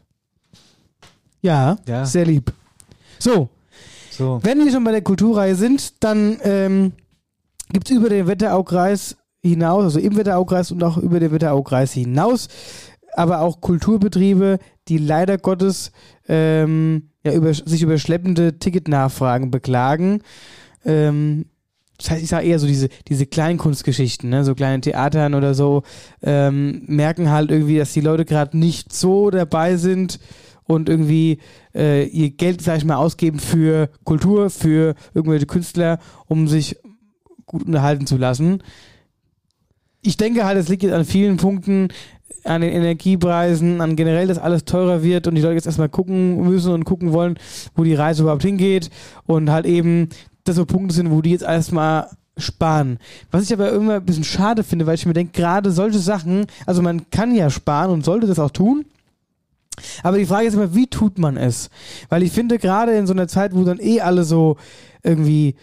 Ja, Ja. sehr lieb. So, So. wenn wir schon bei der Kulturreihe sind, dann ähm, gibt es über den Wetteraukreis hinaus, also im Wetteraukreis und auch über den Wetteraukreis hinaus, aber auch Kulturbetriebe, die leider Gottes ähm, ja, über, sich über schleppende Ticketnachfragen beklagen. Ähm, das heißt, ich sage eher so diese, diese Kleinkunstgeschichten, ne? So kleine Theatern oder so, ähm, merken halt irgendwie, dass die Leute gerade nicht so dabei sind und irgendwie äh, ihr Geld, sag ich mal, ausgeben für Kultur, für irgendwelche Künstler, um sich gut unterhalten zu lassen. Ich denke halt, es liegt jetzt an vielen Punkten, an den Energiepreisen, an generell, dass alles teurer wird und die Leute jetzt erstmal gucken müssen und gucken wollen, wo die Reise überhaupt hingeht und halt eben das so Punkte sind, wo die jetzt erstmal sparen. Was ich aber immer ein bisschen schade finde, weil ich mir denke, gerade solche Sachen, also man kann ja sparen und sollte das auch tun, aber die Frage ist immer, wie tut man es? Weil ich finde, gerade in so einer Zeit, wo dann eh alle so irgendwie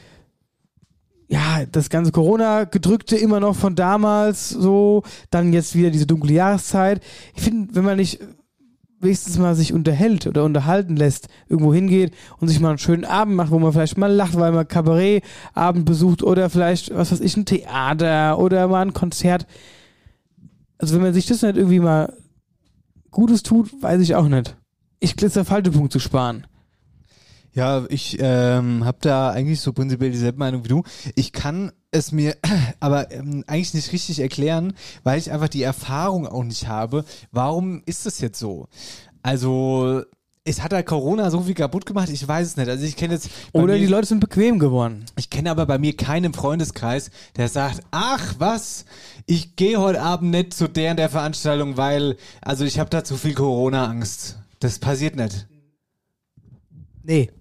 ja, das ganze Corona-Gedrückte immer noch von damals so, dann jetzt wieder diese dunkle Jahreszeit. Ich finde, wenn man nicht wenigstens mal sich unterhält oder unterhalten lässt, irgendwo hingeht und sich mal einen schönen Abend macht, wo man vielleicht mal lacht, weil man Kabarettabend besucht oder vielleicht, was weiß ich, ein Theater oder mal ein Konzert. Also wenn man sich das nicht irgendwie mal Gutes tut, weiß ich auch nicht. Ich glaube, es ist der falsche Punkt zu sparen. Ja, ich ähm, habe da eigentlich so prinzipiell dieselbe Meinung wie du. Ich kann es mir aber ähm, eigentlich nicht richtig erklären, weil ich einfach die Erfahrung auch nicht habe. Warum ist das jetzt so? Also, es hat ja Corona so viel kaputt gemacht, ich weiß es nicht. Also ich kenne jetzt bei Oder mir, die Leute sind bequem geworden. ich kenne aber bei mir keinen im Freundeskreis, der sagt, ach was, ich gehe heute Abend nicht zu der und der Veranstaltung, weil, also ich habe da zu viel Corona-Angst. Das passiert nicht. Nee.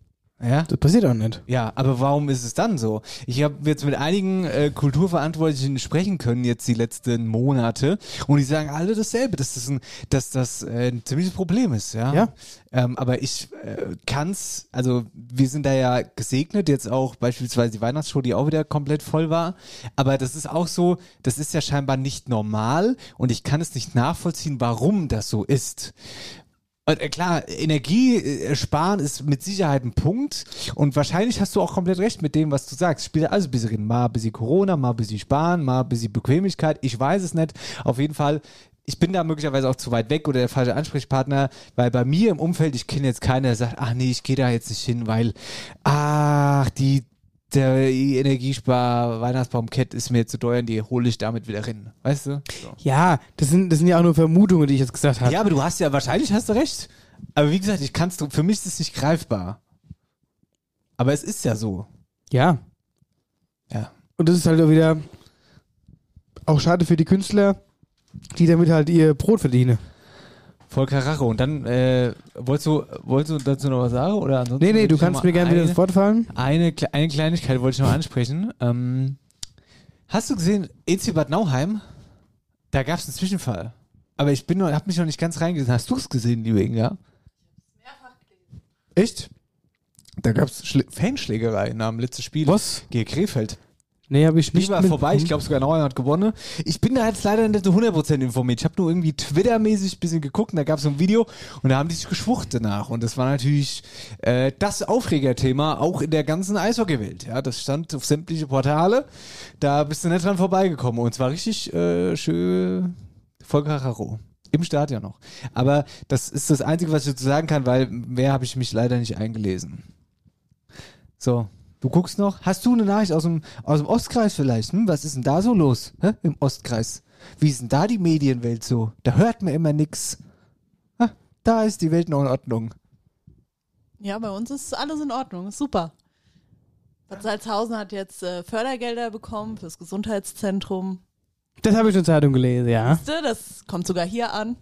Ja? Das passiert auch nicht. Ja, aber warum ist es dann so? Ich habe jetzt mit einigen äh, Kulturverantwortlichen sprechen können jetzt die letzten Monate und die sagen alle dasselbe, dass das ein, dass das äh, ein ziemliches Problem ist, ja. Ja. Ähm, aber ich äh, kann's, also wir sind da ja gesegnet, jetzt auch beispielsweise die Weihnachtsshow, die auch wieder komplett voll war, aber das ist auch so, das ist ja scheinbar nicht normal und ich kann es nicht nachvollziehen, warum das so ist. Und, äh, klar, Energie äh, sparen ist mit Sicherheit ein Punkt und wahrscheinlich hast du auch komplett recht mit dem, was du sagst. Spielt alles ein bisschen drin. Mal ein bisschen Corona, mal ein bisschen Sparen, mal ein bisschen Bequemlichkeit. Ich weiß es nicht. Auf jeden Fall, ich bin da möglicherweise auch zu weit weg oder der falsche Ansprechpartner, weil bei mir im Umfeld, ich kenne jetzt keinen, der sagt, ach nee, ich gehe da jetzt nicht hin, weil, ach, die der Energiespar-Weihnachtsbaum-Kett ist mir zu teuer und die hole ich damit wieder rein. Weißt du? So. Ja, das sind, das sind ja auch nur Vermutungen, die ich jetzt gesagt habe. Ja, aber du hast ja, wahrscheinlich hast du recht. Aber wie gesagt, ich kann's, für mich ist es nicht greifbar. Aber es ist ja so. Ja. Ja. Und das ist halt auch wieder auch schade für die Künstler, die damit halt ihr Brot verdienen. Volker Rache. Und dann, äh, wolltest du, wolltest du dazu noch was sagen? Oder ansonsten Nee, nee, du kannst mir gerne wieder ins Wort fallen. Eine, eine Kleinigkeit wollte ich noch ansprechen. Ähm, hast du gesehen, E C Bad Nauheim? Da gab es einen Zwischenfall. Aber ich bin noch, hab mich noch nicht ganz reingelesen. Hast du es gesehen, liebe Inga? Mehrfach gelesen. Echt? Da gab es Fanschlägerei nach dem letzten Spiel. Was? Gegen Krefeld. Nee, habe ich nicht. Ich war vorbei, ich glaube sogar Nauheim hat gewonnen. Ich bin da jetzt leider nicht so hundert Prozent informiert. Ich habe nur irgendwie Twitter-mäßig ein bisschen geguckt und da gab es so ein Video und da haben die sich geschwucht danach. Und das war natürlich äh, das Aufregerthema auch in der ganzen Eishockey-Welt. Ja, das stand auf sämtliche Portale. Da bist du nicht dran vorbeigekommen. Und es war richtig äh, schön Volker Raro. Im Stadion noch. Aber das ist das Einzige, was ich dazu sagen kann, weil mehr habe ich mich leider nicht eingelesen. So. Du guckst noch, hast du eine Nachricht aus dem, aus dem Ostkreis vielleicht? Hm? Was ist denn da so los? Hä? Im Ostkreis. Wie ist denn da die Medienwelt so? Da hört man immer nix. Ha, da ist die Welt noch in Ordnung. Ja, bei uns ist alles in Ordnung. Ist super. Bad Salzhausen hat jetzt äh, Fördergelder bekommen fürs Gesundheitszentrum. Das habe ich in der Zeitung gelesen, ja. Siehste, das kommt sogar hier an.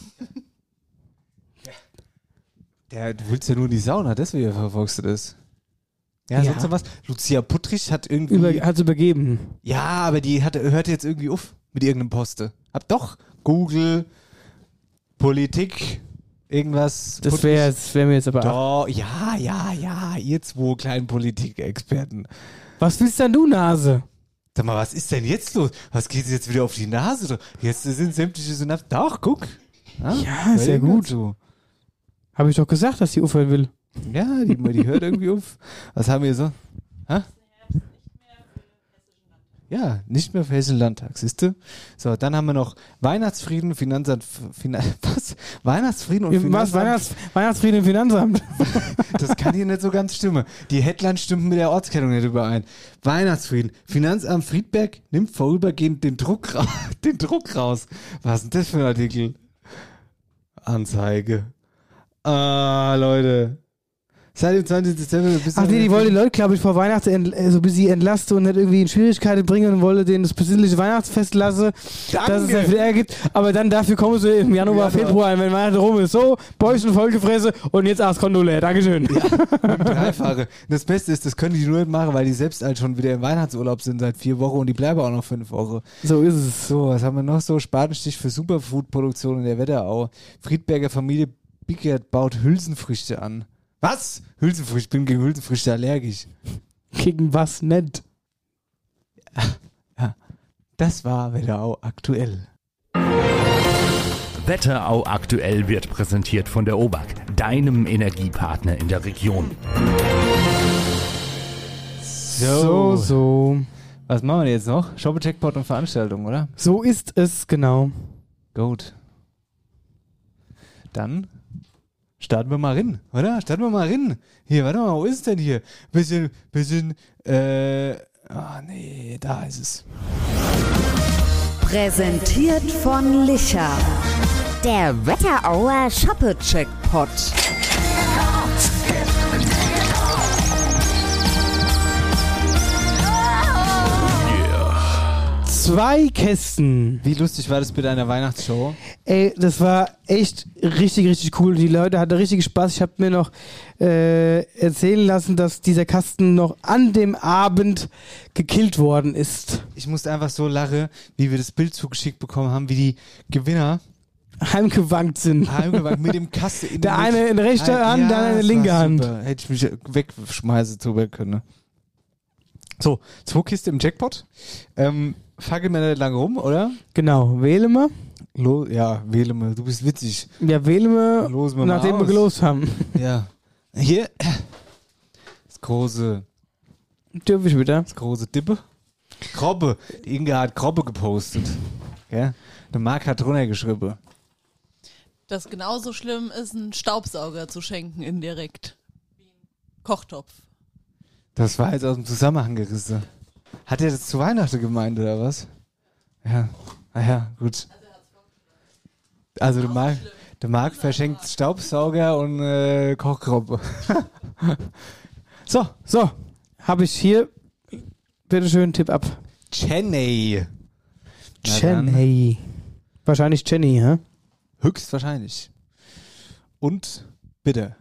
Der, du willst ja nur in die Sauna, deswegen verfolgst du das. Ja, Ja. sonst noch was? Lucia Puttrich hat irgendwie... Über, hat übergeben. Ja, aber die hat, hört jetzt irgendwie auf mit irgendeinem Poste. Hab doch Google, Politik, irgendwas. Das wäre wär mir jetzt aber auch. Doch, ja, ja, ja, ihr zwei kleinen Politikexperten. Was willst denn du, Nase? Sag mal, was ist denn jetzt los? Was geht jetzt wieder auf die Nase? Jetzt sind sämtliche Synapsen. Doch, guck. Ja, sehr gut. So. Habe ich doch gesagt, dass die aufhören will. Ja, die, die hört irgendwie auf. Was haben wir so? Hä? Ja, nicht mehr für Hessischen Landtag, siehst du? So, dann haben wir noch Weihnachtsfrieden, Finanzamt, Finan was? Weihnachtsfrieden und Was? Finanzamt. Weihnachts Weihnachtsfrieden im Finanzamt. Das kann hier nicht so ganz stimmen. Die Headline stimmt mit der Ortskennung nicht überein. Weihnachtsfrieden. Finanzamt Friedberg nimmt vorübergehend den Druck, ra den Druck raus. Was ist denn das für ein Artikel? Anzeige. Ah, Leute. Seit dem zwanzigsten Dezember bis Ach nee, die wollte die Leute, glaube ich, vor Weihnachten ent äh, so ein bisschen entlasten und nicht irgendwie in Schwierigkeiten bringen und wollte denen das besinnliche Weihnachtsfest lassen, Danke. dass es dann viel Ärger gibt. Aber dann dafür kommen sie im Januar, Ja, Februar, ein, wenn Weihnachten rum ist. So, Bäuschen vollgefressen und jetzt acht Konto leer. Dankeschön. Ja, dreifache. Das Beste ist, das können die nur nicht machen, weil die selbst halt schon wieder im Weihnachtsurlaub sind seit vier Wochen und die bleiben auch noch fünf Wochen. So ist es. So, was haben wir noch so? Spatenstich für Superfood-Produktion in der Wetterau. Friedberger Familie Bickert baut Hülsenfrüchte an. Was? Hülsenfrüchte? Ich bin gegen Hülsenfrüchte allergisch. Gegen was nicht? Ja, das war Wetterau aktuell. Wetterau aktuell wird präsentiert von der O B A K, deinem Energiepartner in der Region. So, so. Was machen wir jetzt noch? Shoppe-Checkpot und Veranstaltung, oder? So ist es, genau. Gut. Dann starten wir mal rein, oder? Starten wir mal rein. Hier, warte mal, wo ist es denn hier? Bisschen, bisschen, äh, ah, nee, da ist es. Präsentiert von Licher. Der Wetterauer Shoppe-Checkpot. Zwei Kästen. Wie lustig war das bei deiner Weihnachtsshow? Ey, das war echt richtig, richtig cool. Die Leute hatten richtig Spaß. Ich habe mir noch äh, erzählen lassen, dass dieser Kasten noch an dem Abend gekillt worden ist. Ich musste einfach so lachen, wie wir das Bild zugeschickt bekommen haben, wie die Gewinner heimgewankt sind. Heimgewankt mit dem Kasten. In der eine in rechter Hand, ja, der andere in der linken Hand. Super. Hätte ich mich wegschmeißen zu können. Ne? So, zwei Kisten im Jackpot. Ähm, fackeln wir nicht lange rum, oder? Genau, wähle mal. Lo- ja, wähle mal. Du bist witzig. Ja, wähle mal, Losen wir nachdem mal wir gelost haben. Ja. Hier. Das große. Dürfe ich wieder? Das große Dippe. Krobbe. Die Inge hat Krobbe gepostet. Ja? Der Marc hat drunter geschrieben. Das genauso schlimm ist, einen Staubsauger zu schenken indirekt. Wie ein Kochtopf. Das war jetzt aus dem Zusammenhang gerissen. Hat er das zu Weihnachten gemeint, oder was? Ja, naja, gut. Also der Marc, der Marc verschenkt Staubsauger und äh, Kochkrobbe. So, so. Habe ich hier. Bitteschön, Tipp ab. Jenny. Jenny. Wahrscheinlich Jenny, hä? Höchstwahrscheinlich. Und bitte.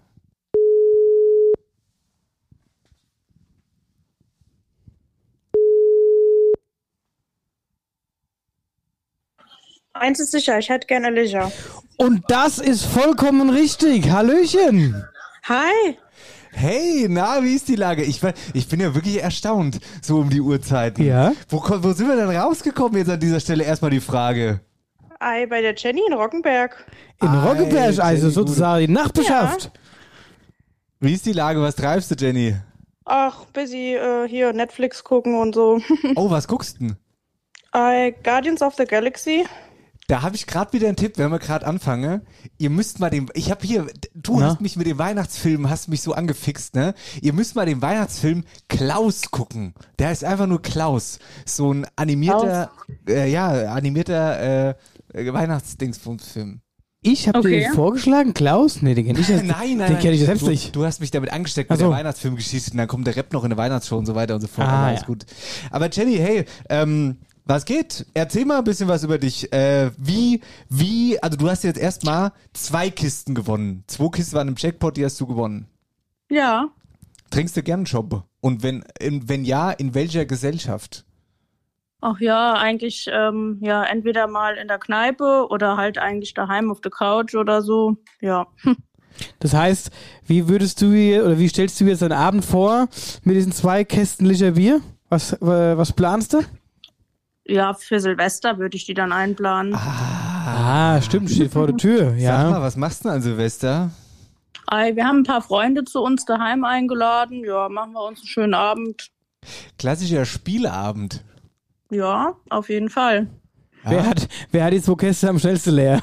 Eins ist sicher, ich hätte gerne Alicia. Und das ist vollkommen richtig. Hallöchen. Hi. Hey, na, wie ist die Lage? Ich, ich bin ja wirklich erstaunt, so um die Uhrzeiten. Ja. Wo, wo sind wir denn rausgekommen jetzt an dieser Stelle? Erstmal die Frage. Ei, bei der Jenny in Roggenberg. In Ei, Roggenberg, also Jenny, sozusagen die Nachbarschaft. Ja. Wie ist die Lage? Was treibst du, Jenny? Ach, busy äh, hier Netflix gucken und so. Oh, was guckst du denn? Ei, Guardians of the Galaxy. Da habe ich gerade wieder einen Tipp, wenn wir gerade anfangen. Ihr müsst mal den, ich habe hier, du Na? hast mich mit dem Weihnachtsfilm, hast mich so angefixt, ne? Ihr müsst mal den Weihnachtsfilm Klaus gucken. Der ist einfach nur Klaus. So ein animierter, äh, ja, animierter äh, Weihnachtsdingsfilm. Ich habe Okay. dir den vorgeschlagen, Klaus? Nee, den kenne ich jetzt. Nein, nein, Den kenne ich nein. selbst du, nicht. Du hast mich damit angesteckt Ach mit so. der Weihnachtsfilmgeschichte und dann kommt der Rap noch in der Weihnachtsshow und so weiter und so fort. Ah, Aber alles ja. gut. Aber Jenny, hey, ähm, was geht? Erzähl mal ein bisschen was über dich. Äh, wie, wie, also du hast jetzt erstmal zwei Kisten gewonnen. Zwei Kisten waren im Jackpot, die hast du gewonnen. Ja. Trinkst du gern Job? Und wenn, in, wenn ja, in welcher Gesellschaft? Ach ja, eigentlich ähm, ja entweder mal in der Kneipe oder halt eigentlich daheim auf der Couch oder so. Ja. Das heißt, wie würdest du hier, oder wie stellst du dir jetzt einen Abend vor mit diesen zwei Kästen Licher Bier? Was, äh, was planst du? Ja, für Silvester würde ich die dann einplanen. Ah, stimmt, steht vor der Tür. Ja. Sag mal, was machst du denn an Silvester? Ei, wir haben ein paar Freunde zu uns daheim eingeladen. Ja, machen wir uns einen schönen Abend. Klassischer Spielabend. Ja, auf jeden Fall. Wer, hat, wer hat die zwei Kästen am schnellsten leer?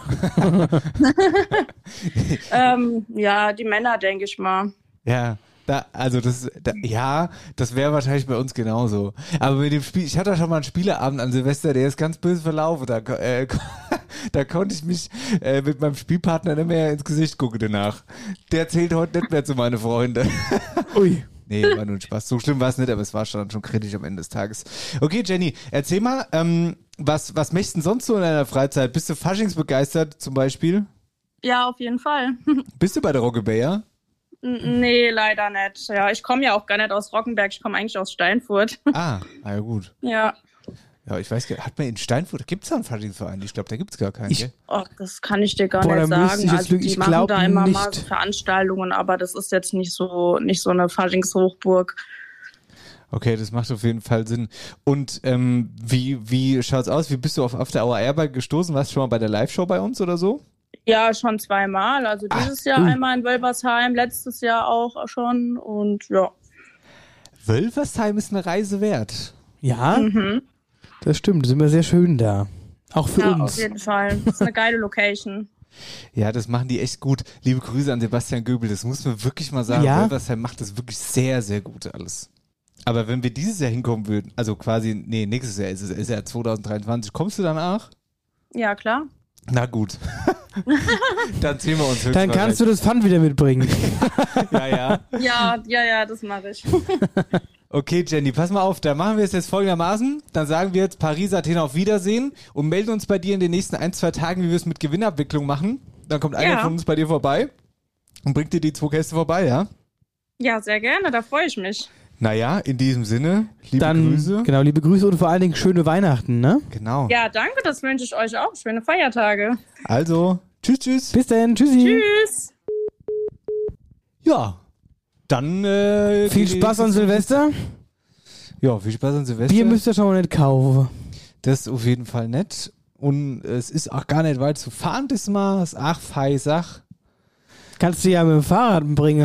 ähm, ja, die Männer, denke ich mal. Ja, da, also das, da, ja, das wäre wahrscheinlich bei uns genauso. Aber mit dem Spiel, ich hatte schon mal einen Spieleabend an Silvester, der ist ganz böse verlaufen. Da, äh, da konnte ich mich äh, mit meinem Spielpartner nicht mehr ins Gesicht gucken danach. Der zählt heute nicht mehr zu meinen Freunden. Ui. Nee, war nur ein Spaß. So schlimm war es nicht, aber es war schon, schon kritisch am Ende des Tages. Okay, Jenny, erzähl mal, ähm, was, was möchtest du denn sonst so in deiner Freizeit? Bist du faschingsbegeistert zum Beispiel? Ja, auf jeden Fall. Bist du bei der Roggebayer? N- Nee, leider nicht. Ja, ich komme ja auch gar nicht aus Roggenberg, ich komme eigentlich aus Steinfurt. Ah, na ja gut. Ja. Ja, ich weiß gar nicht, hat man in Steinfurt, gibt es da einen Faschingsverein? Ich glaube, da gibt es gar keinen, Ich- gell? Oh, das kann ich dir gar Boah, nicht da müsste sagen. ich jetzt Also lügen. die Ich machen glaub da immer mal nicht. so Veranstaltungen, aber das ist jetzt nicht so nicht so eine Faschingshochburg. Okay, das macht auf jeden Fall Sinn. Und ähm, wie, wie schaut's aus? Wie bist du auf After Hour Airbag gestoßen? Warst du schon mal bei der Live-Show bei uns oder so? Ja, schon zweimal. Also dieses Jahr ui. einmal in Wölversheim, letztes Jahr auch schon und ja. Wölversheim ist eine Reise wert. Ja, Mhm. das stimmt. Sind wir sehr schön da. Auch für Ja, auf uns. jeden Fall. Das ist eine geile Location. Ja, das machen die echt gut. Liebe Grüße an Sebastian Göbel. Das muss man wirklich mal sagen. Ja? Wölversheim macht das wirklich sehr, sehr gut alles. Aber wenn wir dieses Jahr hinkommen würden, also quasi, nee, nächstes Jahr ist es, ist ja zwanzig dreiundzwanzig, kommst du danach? Ja, klar. Na gut. Dann ziehen wir uns Dann kannst du das Pfand wieder mitbringen. Ja, ja. Ja, ja, ja, das mache ich. Okay, Jenny, pass mal auf, da machen wir es jetzt folgendermaßen. Dann sagen wir jetzt Paris, Athen auf Wiedersehen und melden uns bei dir in den nächsten ein, zwei Tagen, wie wir es mit Gewinnabwicklung machen. Dann kommt einer Ja. von uns bei dir vorbei und bringt dir die zwei Käste vorbei, ja? Ja, sehr gerne, da freue ich mich. Naja, in diesem Sinne, liebe Dann, Grüße. Genau, liebe Grüße und vor allen Dingen schöne Weihnachten, ne? Genau. Ja, danke, das wünsche ich euch auch. Schöne Feiertage. Also, tschüss, tschüss. Bis dann, tschüssi. Tschüss. Ja, dann äh, Viel Spaß an Silvester. Ja, viel Spaß an Silvester. Bier müsst ihr schon mal nicht kaufen. Das ist auf jeden Fall nett. Und es ist auch gar nicht weit zu fahren diesmal. Das ist auch feine Sache. Kannst du ja mit dem Fahrrad bringen.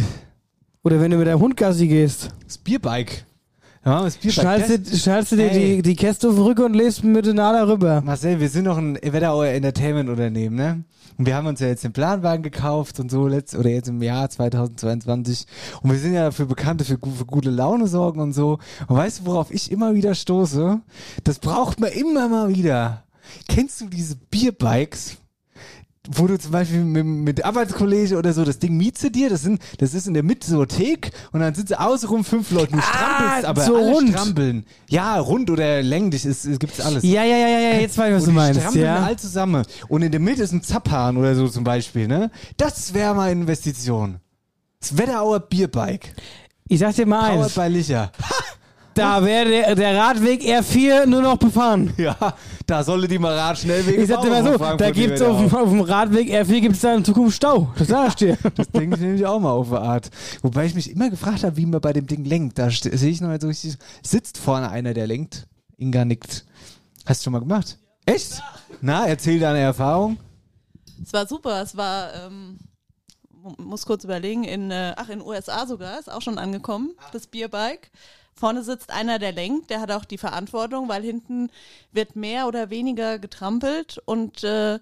Oder wenn du mit deinem Hund Gassi gehst. Das Bierbike. Ja, das Bierbike. Schnallst du, schnallst du dir Ey. die, die Käste auf den Rücken und lässt mit der Nader rüber. Marcel, wir sind noch ein Wetterauer Entertainment-Unternehmen, ne? Und wir haben uns ja jetzt den Planwagen gekauft und so, letzt, oder jetzt im Jahr zweitausendzweiundzwanzig. Und wir sind ja dafür bekannt, für, gu- für gute Laune sorgen und so. Und weißt du, worauf ich immer wieder stoße? Das braucht man immer mal wieder. Kennst du diese Bierbikes? Wo du zum Beispiel mit, mit Arbeitskollege oder so das Ding mietst du dir, das, sind, das ist in der Mitte so Thek und dann sind sie außenrum fünf Leute. Du strampelst, aber so alle rund. strampeln. Ja, rund oder länglich, es, es gibt's alles. Ja, ja, ja, ja, ja, jetzt weiß ich, was Und du die meinst. strampeln Ja. all zusammen. Und in der Mitte ist ein Zapphahn oder so zum Beispiel, ne? Das wäre mal eine Investition. Das Wetterauer Bierbike. Ich sag dir mal Powered eins. by Licher. Da wäre der, der Radweg R vier nur noch befahren. Ja, da sollte die mal Radschnellwege Ich sag dir bauen mal so, von Frankfurt da gibt's Wetterau. auf, dem- auf dem Radweg R vier gibt's da in Zukunft Stau. Das sag ich dir. Das denke ich nämlich auch mal auf eine Art. Wobei ich mich immer gefragt habe, wie man bei dem Ding lenkt. Da ste- sehe ich noch nicht so richtig. Sitzt vorne einer, der lenkt. Inga nickt. Hast du schon mal gemacht? Echt? Na, erzähl deine Erfahrung. Es war super, es war, ähm, mu- muss kurz überlegen, in, äh, ach, in den U S A sogar, ist auch schon angekommen, das Bierbike. Vorne sitzt einer, der lenkt, der hat auch die Verantwortung, weil hinten wird mehr oder weniger getrampelt und äh,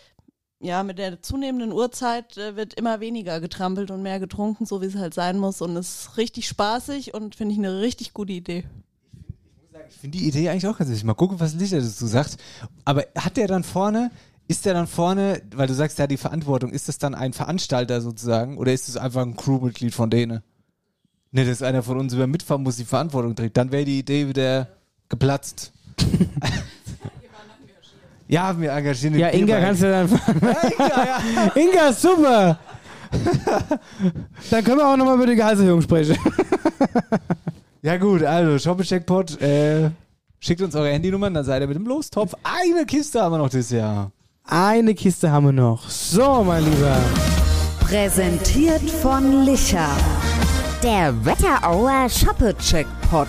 ja, mit der zunehmenden Uhrzeit äh, wird immer weniger getrampelt und mehr getrunken, so wie es halt sein muss, und es ist richtig spaßig und finde ich eine richtig gute Idee. Ich finde die Idee eigentlich auch ganz wichtig. Mal gucken, was Lichter dazu sagt. Aber hat der dann vorne, ist der dann vorne, weil du sagst, der hat die Verantwortung, ist das dann ein Veranstalter sozusagen oder ist das einfach ein Crewmitglied von denen? Ne, dass einer von uns über mitfahren muss, die Verantwortung trägt. Dann wäre die Idee wieder geplatzt. Ja, wir engagieren den Ja, Inga Bierbike. kannst du dann fahren. Ja, Inga, ja. Inga ist super. Dann können wir auch nochmal über die Gehaltserhöhung sprechen. Ja gut, also Shoppe-Checkpot, äh, schickt uns eure Handynummern, dann seid ihr mit dem Lostopf. Eine Kiste haben wir noch dieses Jahr. Eine Kiste haben wir noch. So, mein Lieber. Präsentiert von Licher. Der Wetterauer Shoppe-Checkpot.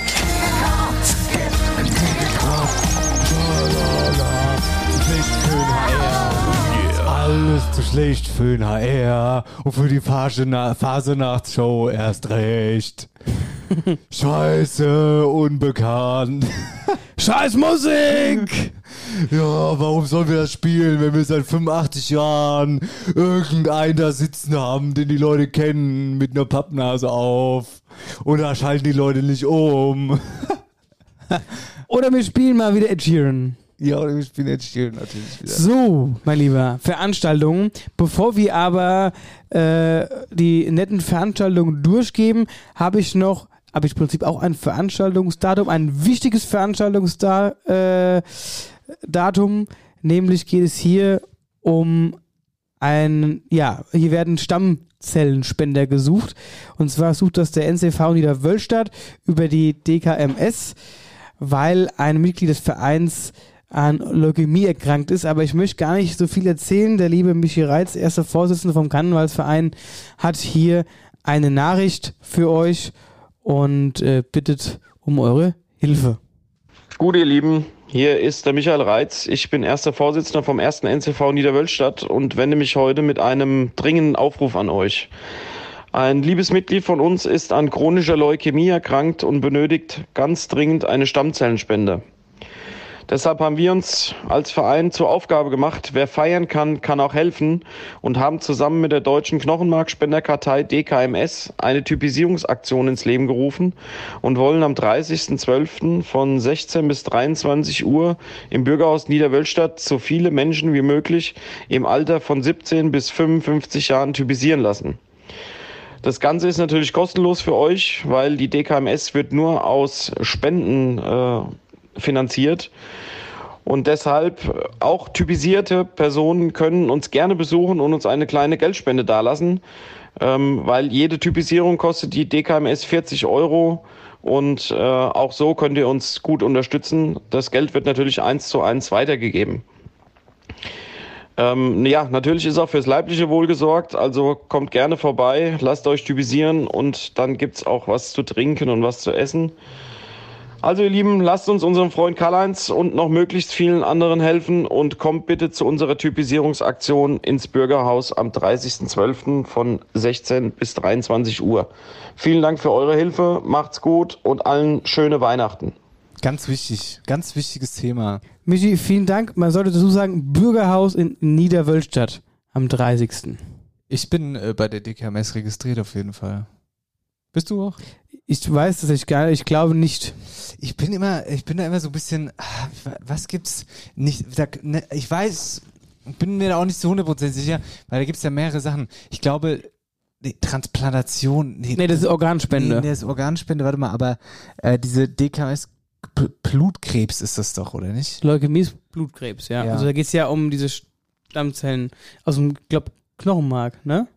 Alles zu schlecht für den H R und für die Phase-Nachts-Show erst recht. Scheiße, unbekannt. Scheiß Musik! Ja, warum sollen wir das spielen, wenn wir seit fünfundachtzig Jahren irgendeinen da sitzen haben, den die Leute kennen, mit einer Pappnase auf. Und da schalten die Leute nicht um. Oder wir spielen mal wieder Ed Sheeran. Ja, oder wir spielen Ed Sheeran natürlich wieder. So, mein Lieber, Veranstaltungen. Bevor wir aber äh, die netten Veranstaltungen durchgeben, habe ich noch, habe ich im Prinzip auch ein Veranstaltungsdatum, ein wichtiges Veranstaltungsdatum, äh, Datum, nämlich geht es hier um ein, ja, hier werden Stammzellenspender gesucht. Und zwar sucht das der N C V Niederwölstadt über die D K M S, weil ein Mitglied des Vereins an Leukämie erkrankt ist, aber ich möchte gar nicht so viel erzählen. Der liebe Michi Reitz, erster Vorsitzender vom Karnevalsverein, hat hier eine Nachricht für euch und äh, bittet um eure Hilfe. Gut, ihr Lieben, hier ist der Michael Reitz. Ich bin erster Vorsitzender vom ersten N C V Niederwölstadt und wende mich heute mit einem dringenden Aufruf an euch. Ein liebes Mitglied von uns ist an chronischer Leukämie erkrankt und benötigt ganz dringend eine Stammzellenspende. Deshalb haben wir uns als Verein zur Aufgabe gemacht, wer feiern kann, kann auch helfen, und haben zusammen mit der Deutschen Knochenmarkspenderkartei D K M S eine Typisierungsaktion ins Leben gerufen und wollen am dreißigsten zwölften von sechzehn bis dreiundzwanzig Uhr im Bürgerhaus Niederwölstadt so viele Menschen wie möglich im Alter von siebzehn bis fünfundfünfzig Jahren typisieren lassen. Das Ganze ist natürlich kostenlos für euch, weil die D K M S wird nur aus Spenden äh, finanziert. Und deshalb auch typisierte Personen können uns gerne besuchen und uns eine kleine Geldspende dalassen, ähm, weil jede Typisierung kostet die D K M S vierzig Euro und äh, auch so könnt ihr uns gut unterstützen. Das Geld wird natürlich eins zu eins weitergegeben. Ähm, ja, natürlich ist auch fürs leibliche Wohl gesorgt, also kommt gerne vorbei, lasst euch typisieren und dann gibt's auch was zu trinken und was zu essen. Also ihr Lieben, lasst uns unserem Freund Karl-Heinz und noch möglichst vielen anderen helfen und kommt bitte zu unserer Typisierungsaktion ins Bürgerhaus am dreißigsten zwölften von sechzehn bis dreiundzwanzig Uhr. Vielen Dank für eure Hilfe, macht's gut und allen schöne Weihnachten. Ganz wichtig, ganz wichtiges Thema. Michi, vielen Dank. Man sollte dazu sagen, Bürgerhaus in Niederwölstadt am dreißigsten Ich bin äh, bei der D K M S registriert auf jeden Fall. Bist du auch? Ich weiß das nicht gar nicht, ich glaube nicht. Ich bin immer, ich bin da immer so ein bisschen, was gibt's nicht, da, ne, ich weiß, bin mir da auch nicht zu hundert Prozent sicher, weil da gibt's ja mehrere Sachen. Ich glaube, die Transplantation, nee, nee, das ist Organspende. Nee, das ist Organspende, warte mal, aber äh, diese D K M S P- Blutkrebs ist das doch, oder nicht? Leukämie ist Blutkrebs, ja. Ja. Also da geht's ja um diese Stammzellen aus dem, glaub, Knochenmark, ne?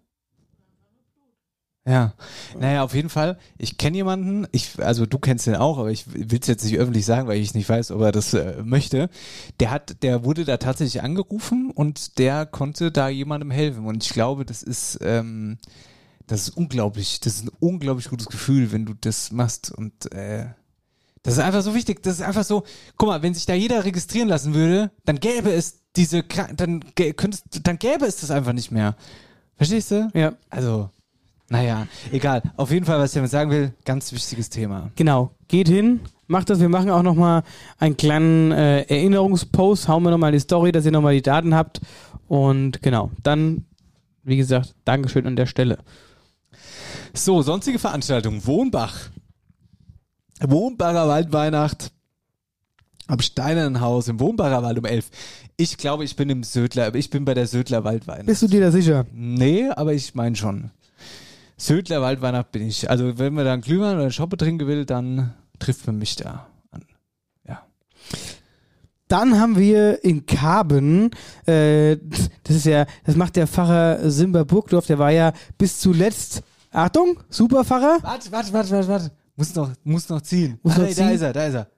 Ja, naja, auf jeden Fall. Ich kenne jemanden, ich, also du kennst den auch, aber ich will es jetzt nicht öffentlich sagen, weil ich nicht weiß, ob er das äh, möchte. Der hat, der wurde da tatsächlich angerufen und der konnte da jemandem helfen. Und ich glaube, das ist, ähm, das ist unglaublich, das ist ein unglaublich gutes Gefühl, wenn du das machst. Und äh, das ist einfach so wichtig. Das ist einfach so, guck mal, wenn sich da jeder registrieren lassen würde, dann gäbe es diese, dann könntest, dann gäbe es das einfach nicht mehr. Verstehst du? Ja. Also. Naja, egal. Auf jeden Fall, was ich damit sagen will, ganz wichtiges Thema. Genau. Geht hin, macht das. Wir machen auch nochmal einen kleinen äh, Erinnerungspost. Hauen wir nochmal in die Story, dass ihr nochmal die Daten habt. Und genau, dann, wie gesagt, Dankeschön an der Stelle. So, sonstige Veranstaltungen. Wohnbach. Wohnbacher Waldweihnacht am Steinernen Haus im Wohnbacher Wald um elf. Ich glaube, ich bin im Södler, ich bin bei der Södler Waldweihnacht. Bist du dir da sicher? Nee, aber ich meine schon. Södler Waldweihnacht bin ich. Also wenn man da einen Glühwein oder einen Schoppe trinken will, dann trifft man mich da an. Ja. Dann haben wir in Karben, äh, das ist ja, das macht der Pfarrer Simba Burgdorf, der war ja bis zuletzt, Achtung, super Pfarrer. Warte, warte, warte, warte, warte. Muss noch, muss noch ziehen. Muss ah, noch nee, ziehen? Da ist er, da ist er.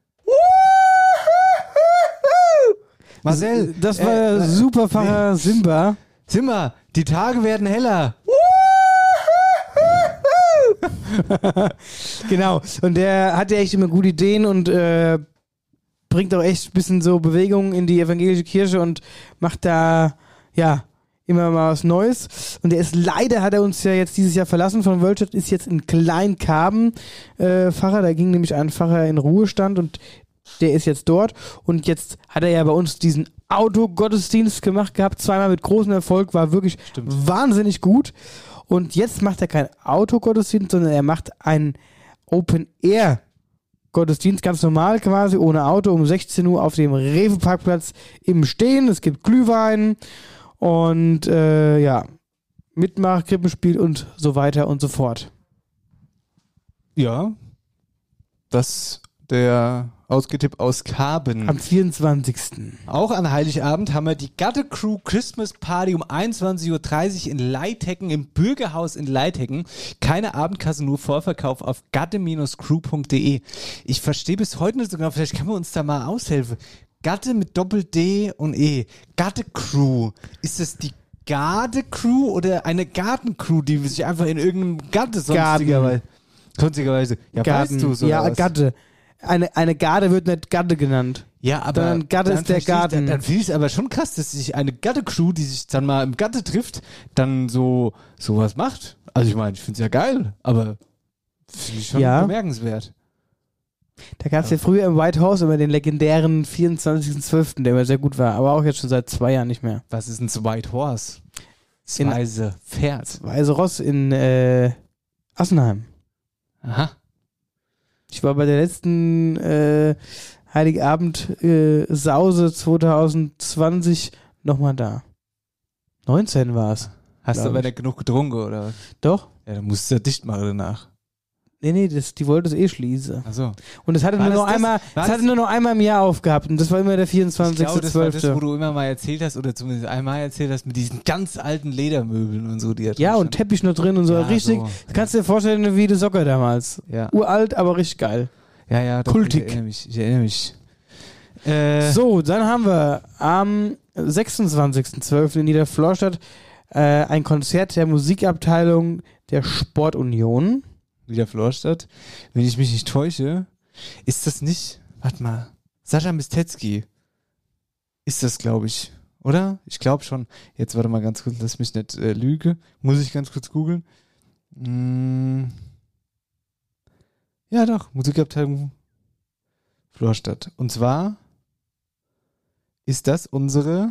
Marcel. Das war der äh, super Pfarrer nee. Simba. Simba, die Tage werden heller. Genau, und der hat ja echt immer gute Ideen und äh, bringt auch echt ein bisschen so Bewegung in die evangelische Kirche und macht da, ja, immer mal was Neues. Und der ist leider, hat er uns ja jetzt dieses Jahr verlassen von Wölstadt, ist jetzt in Kleinkarben äh, Pfarrer. Da ging nämlich ein Pfarrer in Ruhestand und der ist jetzt dort. Und jetzt hat er ja bei uns diesen Autogottesdienst gemacht gehabt, zweimal mit großem Erfolg, war wirklich Stimmt. wahnsinnig gut. Und jetzt macht er keinen Autogottesdienst, sondern er macht einen Open-Air-Gottesdienst, ganz normal quasi, ohne Auto, um sechzehn Uhr auf dem Rewe-Parkplatz im Stehen. Es gibt Glühwein und äh, ja, Mitmach, Krippenspiel und so weiter und so fort. Ja, das der Ausgetipp aus Karben. Am vierundzwanzigsten Auch an Heiligabend haben wir die Gatte Crew Christmas Party um einundzwanzig Uhr dreißig in Leithecken, im Bürgerhaus in Leithecken. Keine Abendkasse, nur Vorverkauf auf gatte Crew punkt de. Ich verstehe bis heute nicht so genau, vielleicht kann man uns da mal aushelfen. Gatte mit Doppel-D und E. Gatte Crew. Ist das die Garde Crew oder eine Gartencrew, die sich einfach in irgendeinem Gatte sonstigerweise... Sonstigerweise. Ja, Garten. weißt du so. Ja, Gatte. Eine, eine Garde wird nicht Gatte genannt. Ja, aber dann Gatte ist der Garten. Ich, dann dann finde ich es aber schon krass, dass sich eine Gatte-Crew, die sich dann mal im Gatte trifft, dann so sowas macht. Also ich meine, ich finde es ja geil, aber finde ich schon ja. bemerkenswert. Da gab es ja. ja früher im White House immer den legendären vierundzwanzigsten zwölften, der immer sehr gut war, aber auch jetzt schon seit zwei Jahren nicht mehr. Was ist denn das White Horse? Das weiße Pferd. Das weiße Ross in äh, Assenheim. Aha. Ich war bei der letzten äh, Heiligabend äh, Sause zwanzig zwanzig nochmal da. neunzehn war es. Hast du Glaub aber ich. nicht genug getrunken, oder was? Doch. Ja, dann musst du ja dicht machen danach. Nee, nee, das, die wollte es eh schließen. Ach so. Und es hatte, War nur das noch, das? einmal, War es das- hatte nur noch einmal im Jahr aufgehabt und das war immer der Ich vierundzwanzigste glaube, das war das, wo zwölfte du immer mal erzählt hast, oder zumindest einmal erzählt hast, mit diesen ganz alten Ledermöbeln und so, die da drin Ja, und standen. Teppich noch drin und so. Ja, richtig, so. das kannst du dir vorstellen wie die Socker damals. Ja. Uralt, aber richtig geil. Ja, ja, doch, Kultig. Ich erinnere mich. Ich erinnere mich. Äh, So, dann haben wir am sechsundzwanzigsten zwölften in Niederflorstadt äh, ein Konzert der Musikabteilung der Sportunion. Niederflorstadt. Wenn ich mich nicht täusche, ist das nicht, warte mal, Sascha Mistetzky ist das, glaube ich, oder? Ich glaube schon. Jetzt warte mal ganz kurz, lass mich nicht äh, lüge. Muss ich ganz kurz googeln. Mm. Ja, doch, Musikabteilung Florstadt. Und zwar ist das unsere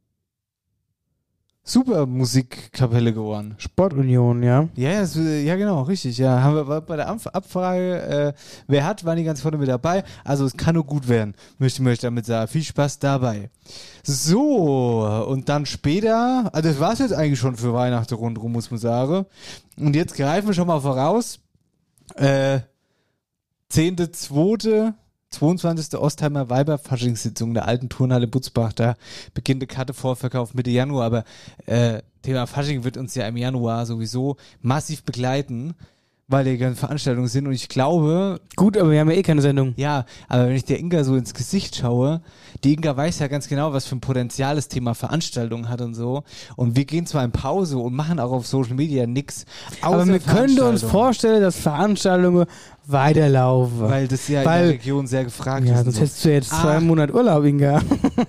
Super Musikkapelle geworden. Sportunion, ja. Ja, ja, das, äh, ja, genau, richtig. Ja, haben wir war bei der Anf- Abfrage, äh, wer hat, waren die ganz vorne mit dabei. Also es kann nur gut werden, möchte ich damit sagen. Viel Spaß dabei. So, und dann später, also das war es jetzt eigentlich schon für Weihnachten rundherum, muss man sagen. Und jetzt greifen wir schon mal voraus. Äh, zehnte zweite zweiundzwanzigste Ostheimer Weiberfaschingssitzung der alten Turnhalle Butzbach. Da beginnt der Kartevorverkauf Mitte Januar, aber äh, Thema Fasching wird uns ja im Januar sowieso massiv begleiten, weil die ganzen Veranstaltungen sind und ich glaube... Gut, aber wir haben ja eh keine Sendung. Ja, aber wenn ich der Inga so ins Gesicht schaue, die Inga weiß ja ganz genau, was für ein Potenzial das Thema Veranstaltungen hat und so. Und wir gehen zwar in Pause und machen auch auf Social Media nix. Aber wir können uns vorstellen, dass Veranstaltungen weiterlaufen. Weil das ja Weil, in der Region sehr gefragt ja, ist. und sonst so. hättest du jetzt Ah. zwei Monate Urlaub, Inga.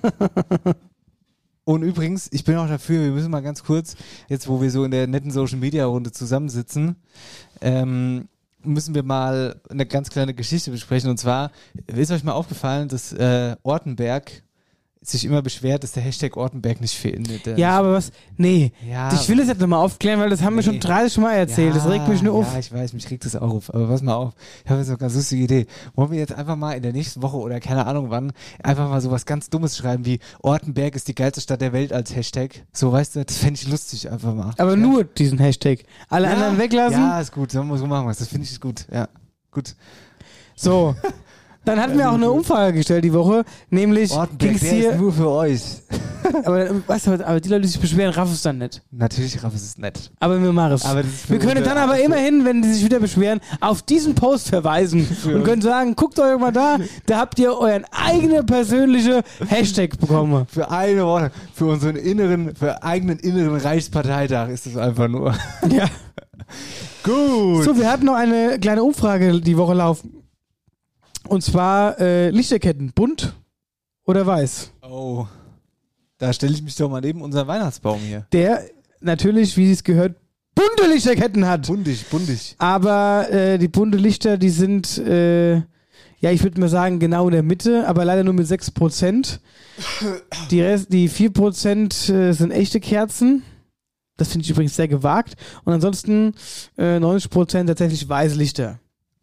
Und übrigens, ich bin auch dafür, wir müssen mal ganz kurz, jetzt wo wir so in der netten Social Media Runde zusammensitzen, ähm, müssen wir mal eine ganz kleine Geschichte besprechen. Und zwar, ist euch mal aufgefallen, dass äh, Ortenberg sich immer beschwert, dass der Hashtag Ortenberg nicht findet. Der Ja, aber was? Nee. Ja, ich will das jetzt nochmal aufklären, weil das haben wir Nee. schon dreißig Mal erzählt. das regt mich nur auf. Ja, ich weiß, mich regt das auch auf. Aber pass mal auf. Ich habe jetzt noch eine ganz lustige Idee. Wollen wir jetzt einfach mal in der nächsten Woche oder keine Ahnung wann einfach mal so was ganz Dummes schreiben wie Ortenberg ist die geilste Stadt der Welt als Hashtag? So, weißt du, das fände ich lustig einfach mal. Aber nur diesen Hashtag. Alle ja, anderen weglassen. Ja, ist gut. So, so machen wir es. Das finde ich gut. Ja, gut. So. Dann hatten wir auch eine Umfrage gestellt die Woche, nämlich Ortenberg, ging's der hier. ist nur für euch. aber, weißt du, aber die Leute, die sich beschweren, raffen es dann nicht. Natürlich raff es nett. Aber wir machen es. Aber das ist für Wir können unsere- dann aber immerhin, wenn die sich wieder beschweren, auf diesen Post verweisen und können sagen, guckt euch mal da, da habt ihr euren eigenen persönlichen Hashtag bekommen. Für eine Woche, für unseren inneren, für eigenen inneren Reichsparteitag ist das einfach nur. Ja. Gut. So, wir hatten noch eine kleine Umfrage die Woche laufen. Und zwar äh, Lichterketten, bunt oder weiß? Oh. Da stelle ich mich doch mal neben unseren Weihnachtsbaum hier. Der natürlich, wie es gehört, bunte Lichterketten hat. Buntig, buntig. Aber äh, die bunte Lichter, die sind, äh, ja, ich würde mal sagen, genau in der Mitte, aber leider nur mit sechs Prozent. Die, Rest, die vier Prozent äh, sind echte Kerzen. Das finde ich übrigens sehr gewagt. Und ansonsten äh, neunzig Prozent tatsächlich weiße Lichter.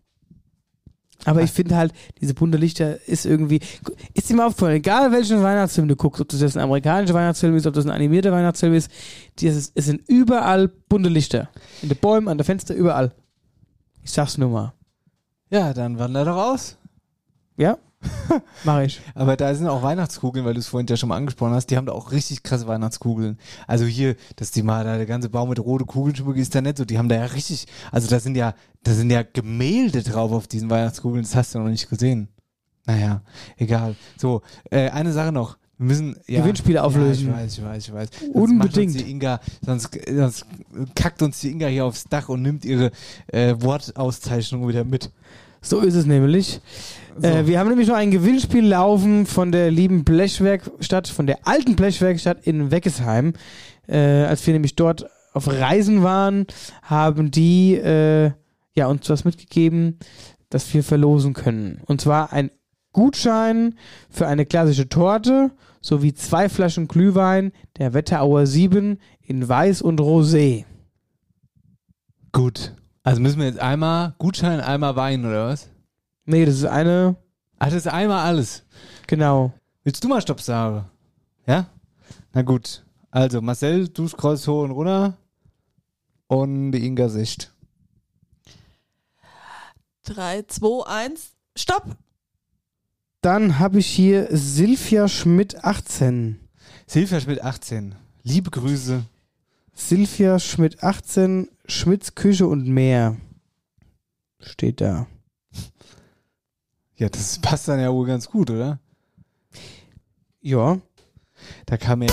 Aber ich finde halt, diese bunte Lichter ist irgendwie, ist dir mal aufgefallen, egal welchen Weihnachtsfilm du guckst, ob das jetzt ein amerikanischer Weihnachtsfilm ist, ob das ein animierter Weihnachtsfilm ist, die, es, es sind überall bunte Lichter. In den Bäumen, an der Fenster, überall. Ich sag's nur mal. Ja, dann wander doch aus. Ja, mach ich. Aber da sind auch Weihnachtskugeln, weil du es vorhin ja schon mal angesprochen hast, die haben da auch richtig krasse Weihnachtskugeln. Also hier, dass die mal da der ganze Baum mit roten Kugeln schmücken, ist da nicht so. Die haben da ja richtig, also da sind ja, da sind ja Gemälde drauf auf diesen Weihnachtskugeln, das hast du noch nicht gesehen. Naja, egal. So, äh, eine Sache noch. Wir müssen ja, Gewinnspiele auflösen. Ja, ich weiß, ich weiß, ich weiß. Sonst Unbedingt. macht uns die Inga, sonst, sonst kackt uns die Inga hier aufs Dach und nimmt ihre äh, Wortauszeichnung wieder mit. So ist es nämlich. So. Äh, wir haben nämlich noch ein Gewinnspiel laufen von der lieben Blechwerkstatt, von der alten Blechwerkstatt in Weckesheim. Äh, als wir nämlich dort auf Reisen waren, haben die äh, ja, uns was mitgegeben, das wir verlosen können. Und zwar ein Gutschein für eine klassische Torte sowie zwei Flaschen Glühwein der Wetterauer sieben in Weiß und Rosé. Gut. Also müssen wir jetzt einmal Gutschein, einmal Wein, oder was? Nee, das ist eine... Ach, das ist einmal alles. Genau. Willst du mal Stopp sagen? Ja? Na gut. Also, Marcel, du scrollst hoch und runter. Und die Inga Sicht. drei, zwei, eins, stopp! Dann habe ich hier Silvia Schmidt achtzehn. Silvia Schmidt achtzehn. Liebe Grüße. Silvia Schmidt achtzehn, Schmidts Küche und mehr. Steht da. Ja, das passt dann ja wohl ganz gut, oder? Ja. Da kann man ja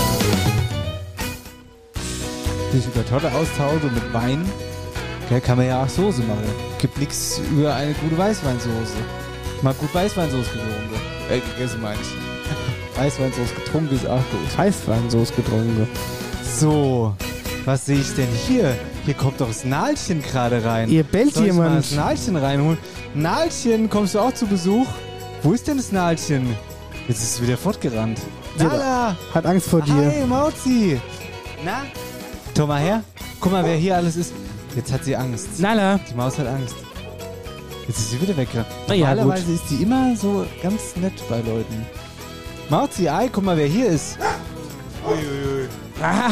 sich über Torte austauschen und mit Wein. Ja, kann man ja auch Soße machen. Gibt nichts über eine gute Weißweinsoße. Mal gut Weißweinsoße getrunken. Äh, gegessen meine ich. Weißweinsoße getrunken ist auch gut. Weißweinsoße getrunken. So, was sehe ich denn hier? Hier kommt doch das Nalchen gerade rein. Ihr bellt Soll ich jemand. mal das Nalchen reinholen? Nalchen, kommst du auch zu Besuch? Wo ist denn das Nalchen? Jetzt ist es wieder fortgerannt. Nala! Hat Angst vor dir. Hi, Mauzi! Na? Komm mal her. Guck mal, wer hier alles ist. Jetzt hat sie Angst. Nala! Die Maus hat Angst. Jetzt ist sie wieder weg. Na ja, Normalerweise gut. ist sie immer so ganz nett bei Leuten. Mauzi, ei, guck mal, wer hier ist. Uiuiui. Ah!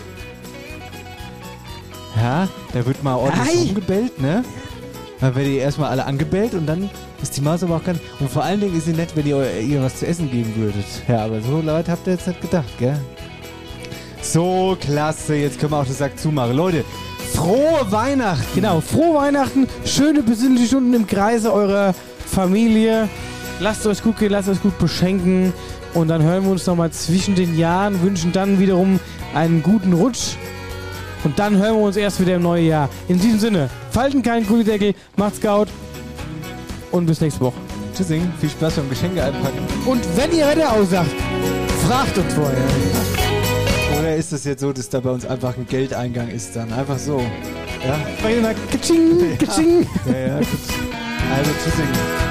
Ja, da wird mal ordentlich Ei. rumgebellt, ne? Dann werden die erstmal alle angebellt und dann ist die Maus aber auch ganz... Und vor allen Dingen ist sie nett, wenn ihr eu- ihr was zu essen geben würdet. Ja, aber so laut habt ihr jetzt nicht gedacht, gell? So, klasse. Jetzt können wir auch den Sack zumachen. Leute, frohe Weihnachten! Genau, frohe Weihnachten, schöne besinnliche Stunden im Kreise eurer Familie. Lasst euch gut gehen, lasst euch gut beschenken. Und dann hören wir uns nochmal zwischen den Jahren, wünschen dann wiederum einen guten Rutsch. Und dann hören wir uns erst wieder im neuen Jahr. In diesem Sinne, falten keinen Gullideckel, macht's gut und bis nächste Woche. Tschüssing, viel Spaß beim Geschenke einpacken. Und wenn ihr Wetter aussagt, fragt uns vorher. Oder ist es jetzt so, dass da bei uns einfach ein Geldeingang ist dann? Einfach so. Ja? Bei einer Katsching, Katsching. Ja, ja, gut. Also tschüssing.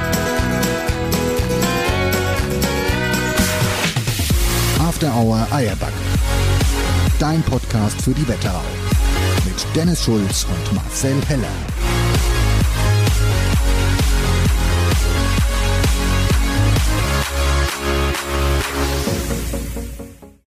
After Hour Eierback. Dein Podcast für die Wetterau. Mit Dennis Schulz und Marcel Heller.